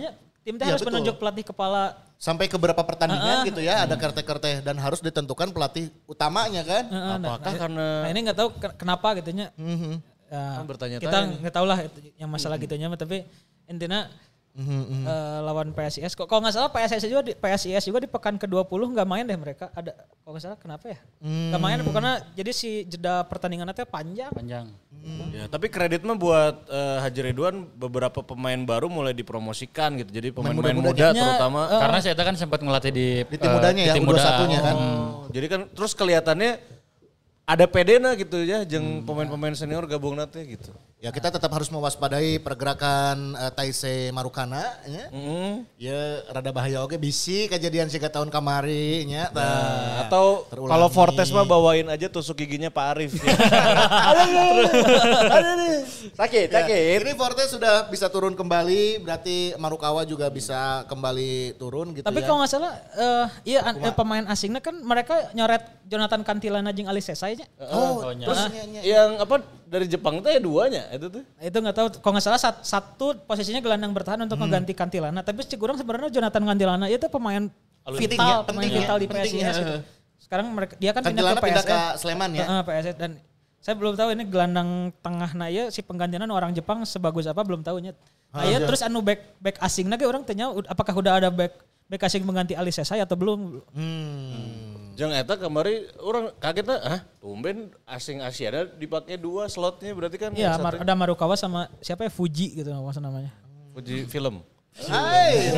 S4: tim teh
S3: Iya,
S4: harus
S3: betul.
S4: menunjuk pelatih kepala.
S3: Sampai ke beberapa pertandingan gitu ya, ada kerte-kerte dan harus ditentukan pelatih utamanya kan.
S2: Apakah karena
S4: Nah ini nggak tahu kenapa gitunya.
S2: Kan bertanya-tanya
S4: Kita
S2: nih.
S4: nggak tahu lah itu yang masalah gitunya, tapi intinya lawan PSIS. Kalau nggak salah PSIS juga di pekan ke-20 nggak main deh mereka. Ada kalau nggak salah kenapa ya? Nggak main karena jadi si jeda pertandingannya teh panjang.
S2: Ya, tapi kredit mah buat Haji Ridwan beberapa pemain baru mulai dipromosikan gitu. Jadi pemain-pemain muda terutama.
S5: Karena saya kan sempat ngelatih di
S3: Tim mudanya ya,
S5: tim
S3: U21-nya kan.
S2: Jadi kan terus kelihatannya ada pedena gitu ya, jeung pemain-pemain senior gabung nanti gitu.
S3: Ya kita tetap harus mewaspadai pergerakan Taisei Marukana ya. Ya rada bahaya oke bisi kejadian siga tahun kamari nya.
S2: Atau
S3: terulangi.
S2: kalau Fortes mah bawain aja tusuk giginya Pak Arif. Ya. Sakit.
S3: Ini Fortes sudah bisa turun kembali, berarti Marukawa juga bisa kembali turun gitu
S4: Tapi
S3: ya.
S4: kalau nggak salah, pemain asingnya kan mereka nyoret Jonathan Cantilana jeung Ali Sesai nya.
S2: Terus yang apa dari Jepang tuh ya duanya itu tuh.
S4: Itu nggak tahu. Kalau nggak salah satu posisinya gelandang bertahan untuk mengganti Cantilana. Tapi kurang sebenarnya Jonathan Cantilana itu pemain
S3: Penting
S4: vital,
S3: ya,
S4: pemain
S3: penting ya,
S4: vital di
S3: penting
S4: PSIS.
S3: ya.
S4: Gitu. Sekarang mereka dia kan
S3: Cantilana pindah ke
S4: PSS.
S3: Sleman ya.
S4: PSS dan saya belum tahu ini gelandang tengah ya si penggantian orang Jepang sebagus apa belum tahunya. Aya terus anu back asing lagi orang tanya apakah udah ada back asing mengganti Ali Sesai atau belum?
S2: Jeung eta kemarin orang kagetnya, tumben asing Asia dipakai 2 slotnya berarti kan
S4: Iya,
S2: yang satu
S4: ada Marukawa sama siapa ya Fuji gitu namanya.
S2: Fuji film.
S3: Hai.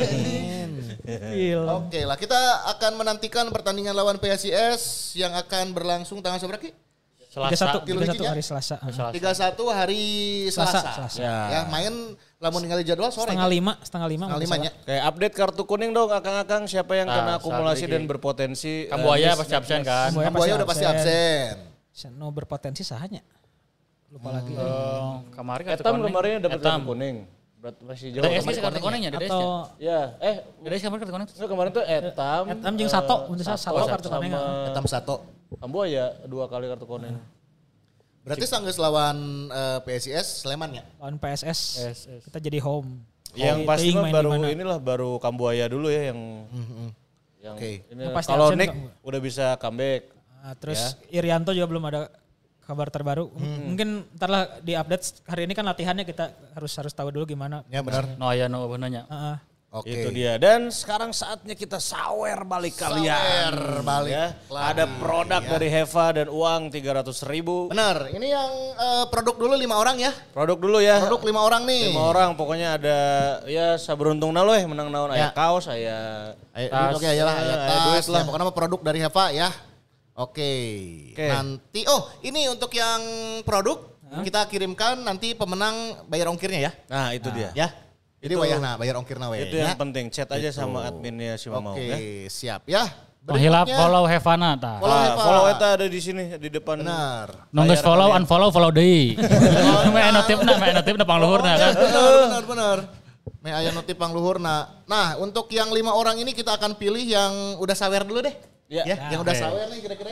S4: Film.
S3: Oke lah, kita akan menantikan pertandingan lawan PSIS yang akan berlangsung tanggal seberapa Ki?
S5: 31.
S4: 31 hari Selasa.
S3: 31 hari Selasa.
S4: Selasa.
S3: Ya, main lamun ningali jadwal sore.
S4: Setengah lima.
S3: Setengah lima nya.
S2: Kayak update kartu kuning dong akang-akang siapa yang kena
S5: Saat
S2: akumulasi
S5: ini.
S2: dan berpotensi.
S5: Kambuaya pasti absen kan.
S3: Kambuaya udah pasti absen.
S4: No berpotensi sahanya. Lupa lagi.
S5: Kemarin
S2: Etam kemarin dapat kartu kuning. Berat masih jauh.
S5: Dari SK kartu kuningnya, dari SK.
S4: Atau
S2: Ya,
S5: Dari SK kartu kuning.
S2: kemarin tuh Etam.
S4: Etam jeung Sato, untuk Sato kartu kuning.
S3: Etam Sato.
S2: Kambuaya 2 kali kartu kuning.
S3: Berarti sanggeus lawan PSIS Sleman ya?
S4: Lawan PSS. Kita jadi home.
S2: Yang
S4: Home
S2: pasti
S4: ting
S2: mah
S4: main
S2: baru
S4: di mana.
S2: inilah baru Kambuaya dulu ya yang
S3: Oke.
S2: ini
S4: Yang pasti
S2: kalau
S4: absen
S2: Nick
S4: nggak?
S2: udah bisa comeback.
S4: Terus Irianto juga belum ada kabar terbaru. Mungkin ntar lah di update hari ini kan latihannya kita harus tahu dulu gimana.
S3: Ya benar.
S5: No aya no benernya.
S4: Heeh.
S3: Oke.
S2: Itu dia. Dan sekarang saatnya kita sawer balik kalian.
S3: Sawer balik
S2: ya.
S3: lagi,
S2: Ada produk
S3: ya.
S2: dari Heva dan uang 300.000.
S3: Benar. Ini yang produk dulu 5 orang ya.
S2: Produk dulu ya.
S3: Produk 5 orang nih.
S2: 5 orang pokoknya ada ya saberuntung nalo menang naon aya
S3: Ya.
S2: kaos aya
S3: Ayo, oke ayolah, aya
S2: aya duit
S3: tas.
S2: lah.
S3: Ya, pokoknya mah produk dari Heva ya. Oke.
S2: Oke.
S3: Nanti ini untuk yang produk kita kirimkan nanti pemenang bayar ongkirnya ya.
S2: Nah, itu dia.
S3: Ya. Jadi
S2: Itu-
S3: wayahna bayar ongkirna we.
S2: Itu yang
S3: ya.
S2: penting. Chat aja sama adminnya si Mamau
S3: Oke,
S2: ya.
S3: siap ya.
S5: Hilap
S3: Berikutnya-
S5: follow Hevana ta.
S3: Follow Heva.
S2: Follow eta ada di sini di depan.
S3: Benar.
S5: Nunggu
S2: layar
S5: follow
S2: kalian.
S5: unfollow follow deui. Meh notifna pangluhurna kan.
S3: Benar. Me aya notif pangluhurna. Nah, untuk yang 5 orang ini kita akan pilih yang udah sawer dulu deh.
S2: Ya.
S3: Yang udah sawer nih kira-kira.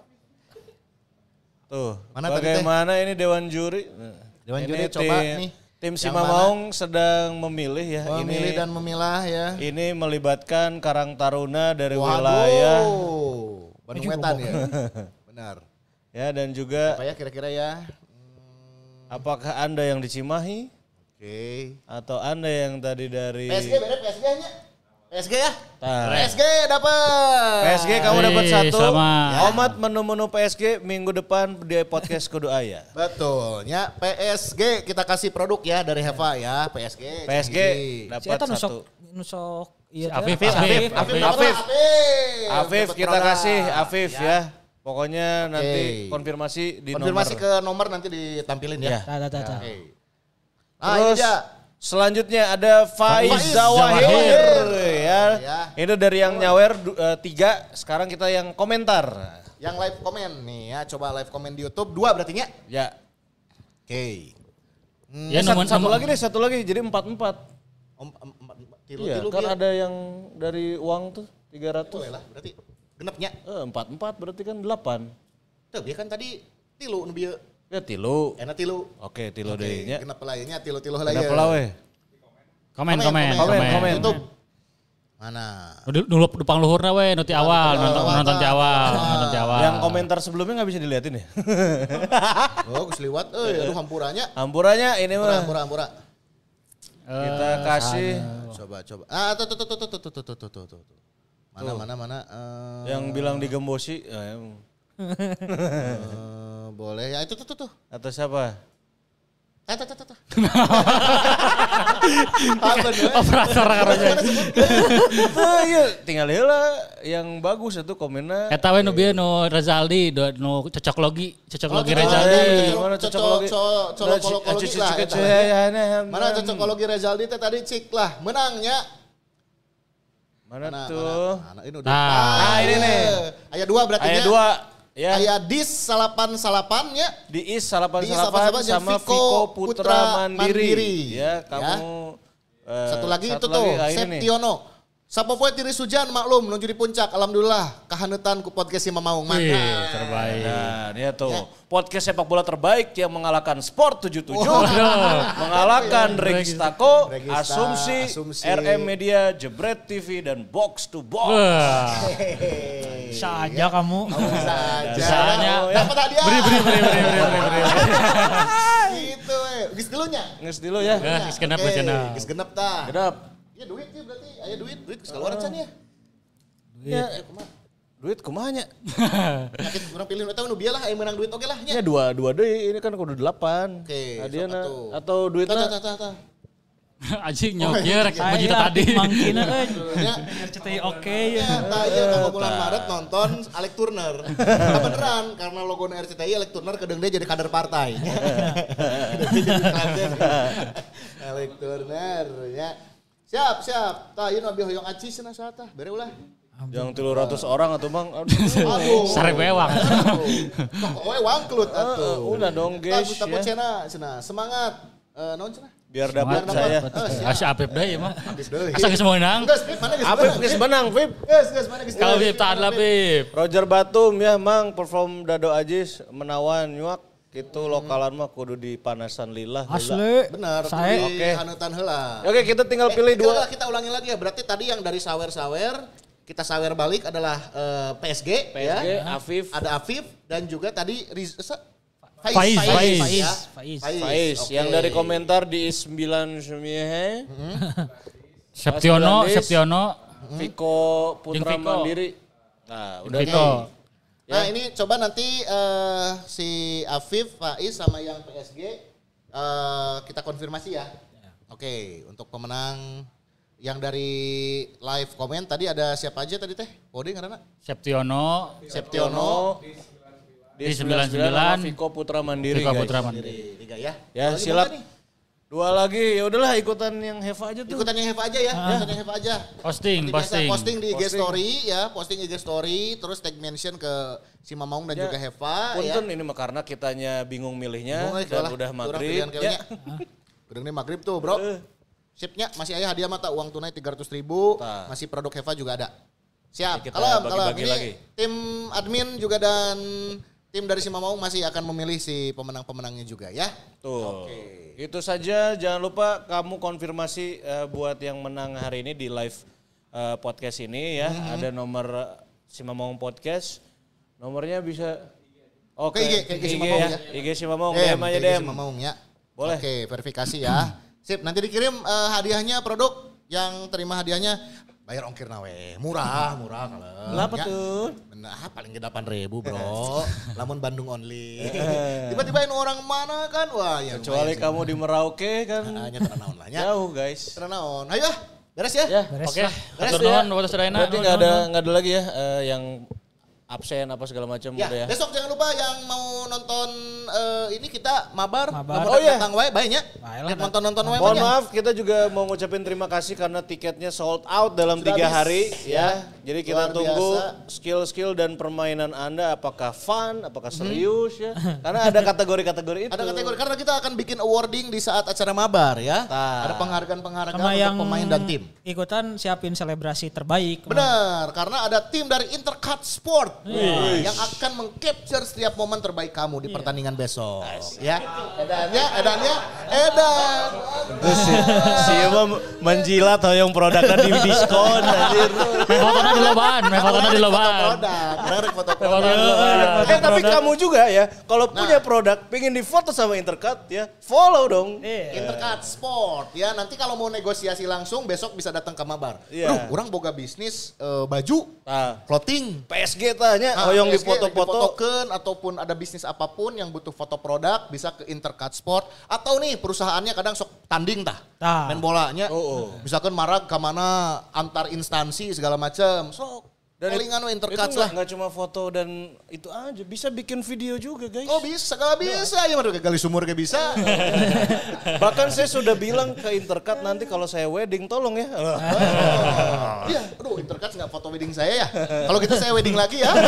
S2: Tuh.
S3: Mana tadi,
S2: Bagaimana ini Dewan Juri? Nah,
S3: Dewan
S2: ini
S3: Juri coba nih.
S2: Tim
S3: Yang
S2: Simamaung sedang memilih ya.
S3: Memilih
S2: ini
S3: dan memilah ya.
S2: ini melibatkan Karang Taruna dari wilayah
S3: Bandung Wetan ya. Benar.
S2: ya dan juga
S3: Apa ya kira-kira ya?
S2: apakah Anda yang di Cimahi
S3: Oke.
S2: atau Anda yang tadi dari
S3: PSG beda PSG-nya. PSG ya?
S2: Nah.
S3: PSG dapat.
S2: PSG kamu dapat
S5: Wih,
S2: 1.
S5: selamat.
S2: Omat menu-menu PSG minggu depan di podcast Kudu Aya.
S3: Betul ya, PSG kita kasih produk ya dari Heva ya, PSG.
S2: PSG
S3: canggih.
S4: Si Eta
S2: dapat 1.
S4: nusok iya
S5: Afif,
S4: teh.
S5: Afif.
S2: Afif. Afif
S3: Dapat
S2: kita
S3: produk.
S2: kasih Afif ya. Pokoknya nanti
S3: Oke.
S2: konfirmasi di
S3: Konfirmasi
S2: nomor.
S3: ke nomor nanti ditampilin ya.
S2: Ya.
S4: Tah.
S3: Oke. Ah, ini
S2: Terus
S3: dia.
S2: selanjutnya ada Faiz
S3: Faiz
S2: Zawahir ya.
S3: Ya.
S2: Itu dari yang nyawer 3, sekarang kita yang komentar.
S3: Yang live komen nih ya, coba live komen di YouTube 2 berarti nya.
S2: Ya.
S3: Oke.
S5: Ya
S2: Satu lagi deh, satu lagi jadi 4-4.
S3: Tilu
S2: Iya, kan ada yang dari uang tuh 300.
S3: lah berarti genepnya.
S2: 4-4 berarti kan 8.
S3: Tuh dia kan tadi tilu nu bieu.
S2: Ya tilu.
S3: Enak tilu.
S2: Oke, tilu deui nya.
S3: Genep lah nya tilu-tilu lah
S2: Ada
S3: ya.
S2: pelawe.
S5: Komen.
S3: YouTube. Mana?
S5: Dulu dupang luhurna we nu ti awal, nonton ti awal.
S2: Yang komentar sebelumnya nggak bisa dilihatin ya?
S3: Oh, geus liwat aduh hampurannya.
S2: Hampurannya ini mah.
S3: Hampura.
S2: Kita kasih.
S3: Coba. Tuh. Mana.
S2: Yang bilang digembosi.
S3: Boleh ya itu tuh.
S2: Atau siapa?
S5: Operator karonya.
S2: Iya, tinggal heula yang bagus itu komennya.
S5: Eta we nu bieu nu Rezaldi, nu cocok logi Rezaldi.
S2: Mana cocokologi?
S3: Mana cocokologi Rezaldi teh tadi cik lah menangnya.
S2: Mana tuh?
S3: Ini udah.
S5: Nah,
S2: ini nih.
S3: Ayat 2 berarti
S2: Ayat 2. Ya.
S3: Ayat dis salapan-salapannya.
S2: Di IS 88 sama Viko Putra Mandiri. Ya, kamu
S3: satu lagi itu tuh, Septiono. Sapopoe tiris hujan maklum menuju di puncak. Alhamdulillah kahanetan ku podcast si Mamaung. Mantap.
S5: Terbaik.
S2: Nah, dia tuh podcast sepak bola terbaik yang mengalahkan Sport 77, mengalahkan Registako, Asumsi, RM Media, Jebret TV dan Box to Box.
S4: Bisa aja kamu.
S5: Bisanya.
S3: Dapat hadiah.
S5: Beri.
S3: Gitu Geus dulunya.
S2: Nges dulu ya.
S5: Geus genep we cenah.
S3: Geus genep tah.
S2: Genap.
S3: Ya duit ya berarti. Aya duit geus keluar can ya.
S2: Duit kumanya.
S3: Kita kurang pilih eta nu bieu lah aya menang duit oge lah nya.
S2: Ya dua deui, ini kan kudu 8.
S3: Oke,
S2: Hadiahna
S3: sok atuh.
S2: atau duitnya
S3: Tah.
S5: Anjing nyokir rek juta tadi.
S4: Mangkina RCTI oke ya.
S3: Tah ieu tanggal bulan Maret nonton Alex Turner. Nah, beneran karena logo RCTI Alex Turner kedeung dia jadi kader partai. Alex Turner ya. Siap. Tah ieu abi hoyong aci cenah saha tah? Bere ulah.
S2: yang 300 orang atau Bang.
S3: Aduh.
S5: Sare bewang.
S3: Kok we wangklut atuh.
S2: Udah dong guys
S3: Gustavo
S2: ya.
S3: Cenah semangat. Naon cenah?
S2: Biar dapat saya.
S5: Asy Apip deui mah.
S3: Deui.
S5: Asa geus meunang.
S3: Geus, mana geus?
S2: Apip geus menang, Vip.
S3: Geus, mana geus?
S5: Kalau Apip tahan lah Apip.
S2: Roger Batum ya Mang perform Dado Ajis menawan nyuak gitu lokalan mah kudu dipanasan lillah.
S4: Asli.
S3: Benar,
S4: Saya
S3: oke. Hanutan heula.
S2: Oke, kita tinggal pilih dua.
S3: Kita ulangi lagi ya. Berarti tadi yang dari sawer-sawer kita sawer balik adalah PSG ya.
S2: Afif.
S3: Ada Afif dan juga tadi
S5: Faiz.
S2: Yang dari komentar di 9
S5: Septiono.
S2: Viko Putra
S5: Viko.
S2: Mandiri. Nah, udah
S5: Viko.
S3: Nah ini coba nanti si Afif, Faiz sama yang PSG kita konfirmasi ya. Oke, untuk pemenang yang dari live komen tadi ada siapa aja tadi teh? Kode karena
S5: Septiono.
S2: di 99 Viko Putra Mandiri.
S5: Viko
S2: guys.
S5: Putra Mandiri.
S3: Tiga ya.
S2: Ya
S3: Lagi
S2: silap.
S3: berapa nih?
S2: Dua lagi, ya udahlah ikutan yang Heva aja tuh.
S3: Ikutan yang Heva aja ya. Ikutan yang Heva aja.
S5: Posting.
S3: Posting di IG story ya, posting IG story, terus tag mention ke si Mamaung dan juga Heva
S2: Punten
S3: ya.
S2: ini mah karena kitanya bingung milihnya
S3: Bingung,
S2: dan
S3: lah.
S2: udah
S3: Kurang
S2: maghrib.
S3: pilihan kayaknya.
S2: Ya.
S3: Udah ini maghrib tuh bro. Sipnya masih ada hadiah mata uang tunai 300.000, masih produk Heva juga ada. Siap.
S2: Kita
S3: Kalem.
S2: bagi-bagi
S3: Ini
S2: lagi.
S3: tim admin juga dan tim dari si Mamaung masih akan memilih si pemenang-pemenangnya juga ya.
S2: Tuh. Itu saja, jangan lupa kamu konfirmasi buat yang menang hari ini di live podcast ini ya. Ada nomor si Mamaung Podcast. Nomornya bisa
S3: Ke IG si Mamaung ya.
S2: IG si Mamaung, DM aja DM.
S3: Si Mamaung ya.
S2: Boleh.
S3: Oke, verifikasi ya. Sip, nanti dikirim hadiahnya produk yang terima hadiahnya bayar ongkir nawe. Murah kalau.
S2: Berapa tuh?
S3: Benar, paling ke 8.000 bro. Lamun Bandung only. Tiba-tiba ini orang mana kan? Wah, ya
S2: Kecuali kamu di Merauke kan.
S3: hanya teranaon lah ya.
S2: Jauh guys.
S3: Teranaon. Ayo beres ya.
S2: Ya,
S5: Oke.
S3: Beres
S5: Atur nuhun buat Saudara.
S2: berarti nggak ada lagi ya yang absen apa segala macam
S3: Ya,
S2: udah ya.
S3: besok jangan lupa yang mau nonton ini kita mabar.
S4: Mabar.
S3: Oh iya. Datang wae bae nya.
S4: Baiklah.
S3: Nonton wae
S2: Mohon
S3: banyak.
S2: maaf kita juga mau ngucapin terima kasih karena tiketnya sold out dalam
S3: Sudah
S2: 3
S3: habis.
S2: hari ya. Jadi kita
S3: Luar
S2: tunggu
S3: biasa.
S2: skill-skill dan permainan Anda apakah fun, apakah serius ya. Karena ada kategori-kategori itu.
S3: Ada kategori karena kita akan bikin awarding di saat acara mabar ya.
S2: Nah.
S3: Ada penghargaan-penghargaan
S4: Sama yang
S3: untuk pemain dan tim.
S4: ikutan siapin selebrasi terbaik.
S3: Benar, karena ada tim dari Intercut Sport yang akan mengcapture setiap momen terbaik kamu di pertandingan besok. Ya, edan.
S2: Terus si Ima menjilat hoyong produknya di diskon anjir.
S5: Fotonya di lobaan, fotonya di lobaan.
S3: Produk, menarik foto
S5: Fotonya
S3: produk.
S5: di lobaan.
S2: Tapi kamu juga ya, kalau punya produk pengen difoto sama Intercut ya, follow dong.
S3: Intercut Sport ya. Nanti kalau mau negosiasi langsung besok bisa datang ke Mabar.
S2: Iya.
S3: Orang boga bisnis baju,
S2: Nah,
S3: clothing.
S2: PSG tanya hoyong
S3: PSG
S2: dipoto-foto.
S3: difotokeun ataupun ada bisnis apapun yang butuh foto produk bisa ke Intercut Sport atau nih perusahaannya kadang sok tanding tah.
S4: Tah.
S3: Main bolanya.
S2: Oh.
S3: Misalkan marag ke mana antar instansi segala macam. Sok
S2: Dan
S3: palingan we
S2: itu
S3: Intercut lah.
S2: nggak cuma foto dan itu aja, bisa bikin video juga guys.
S3: Oh bisa, gak bisa. Ya mah gali sumur gak bisa.
S2: Bahkan saya sudah bilang ke Intercut nanti kalau saya wedding tolong ya.
S3: Iya, aduh Intercut nggak foto wedding saya ya. Kalau gitu saya wedding lagi ya.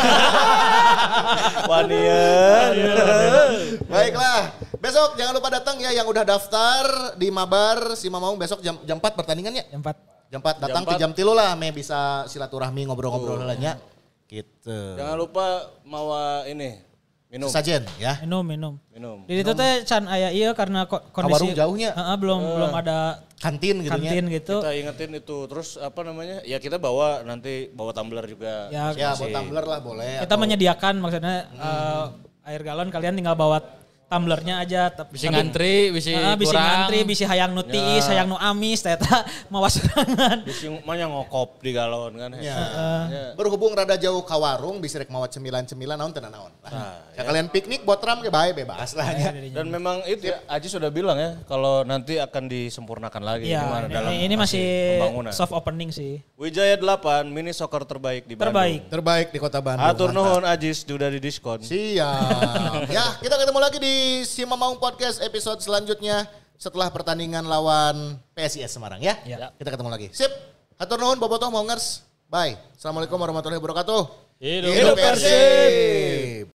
S2: Wanian.
S3: Baiklah, besok jangan lupa datang ya yang udah daftar di Mabar si Mamaung besok jam 4 pertandingannya.
S4: Jam 4.
S3: Jam 4 datang ke
S2: Jam 4.
S3: jam 3 lah, me bisa silaturahmi ngobrol-ngobrol lah gitu.
S2: Jangan lupa mawa ini minum.
S3: Sajen ya.
S4: Minum.
S2: Minum.
S4: Di itu teh can aya ieu karena
S3: Warung
S4: kondisi
S3: jauhnya.
S4: belum ada
S3: Kantin gitu
S4: kantin gitu.
S2: Kita ingetin itu. Terus apa namanya? Ya kita nanti bawa tumbler juga.
S4: Ya,
S3: Ya, buat tumbler lah boleh.
S4: kita menyediakan maksudnya air galon kalian tinggal bawa tumblernya aja.
S5: Bisa ngantri, bisa
S4: Bisa
S5: kurang.
S4: ngantri, bisa hayang nu tiis, hayang nu amis, ternyata mawa serangan.
S2: Bisa mah ngokop di galon kan.
S3: Ya.
S2: Ya.
S3: Berhubung rada jauh ke warung bisa rek mawa cemilan-cemilan naon teu naon. Ya kalian piknik buat ram ge bae bebas lah ya.
S2: Dan memang itu ya, Aji sudah bilang ya, kalau nanti akan disempurnakan lagi.
S4: Iya,
S2: Gimana dalam
S4: ini masih
S2: pembangunan.
S4: soft opening sih.
S2: Wijaya 8, mini soccer terbaik di Bandung.
S4: Terbaik.
S3: Terbaik di Kota Bandung.
S2: Atur
S3: mantap.
S2: nuhun Ajis, sudah di diskon.
S3: Siap. Ya, kita ketemu lagi di Si Mamaung Podcast episode selanjutnya setelah pertandingan lawan PSIS Semarang ya.
S4: Ya.
S3: Kita ketemu lagi. Sip. Hatur nuhun bobotoh maungers. Bye. Assalamualaikum warahmatullahi wabarakatuh.
S5: Hidup
S3: Hidup Persib.